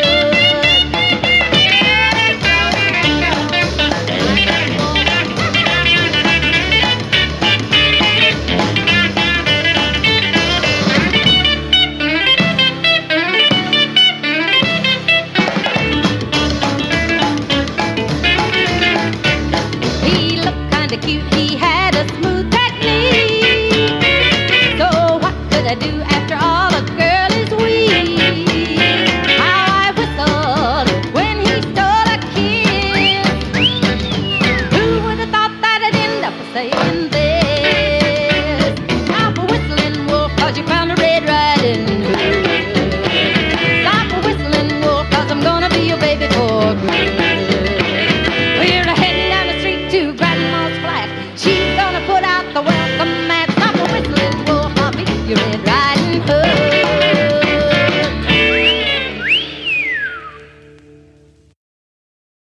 He looked kinda cute, he had a smooth technique. So what could I do after all, a girl is weak? How I whistled when he stole a kiss. Who would have thought that I'd end up saying this? Stop a whistling wolf, 'cause you found a Red Riding Hood. Stop a whistling wolf, 'cause I'm gonna be your baby for good. We're heading down the street to Grandma's flat. She's gonna put out the welcome mat. Stop a whistling wolf, I'll be your Red Riding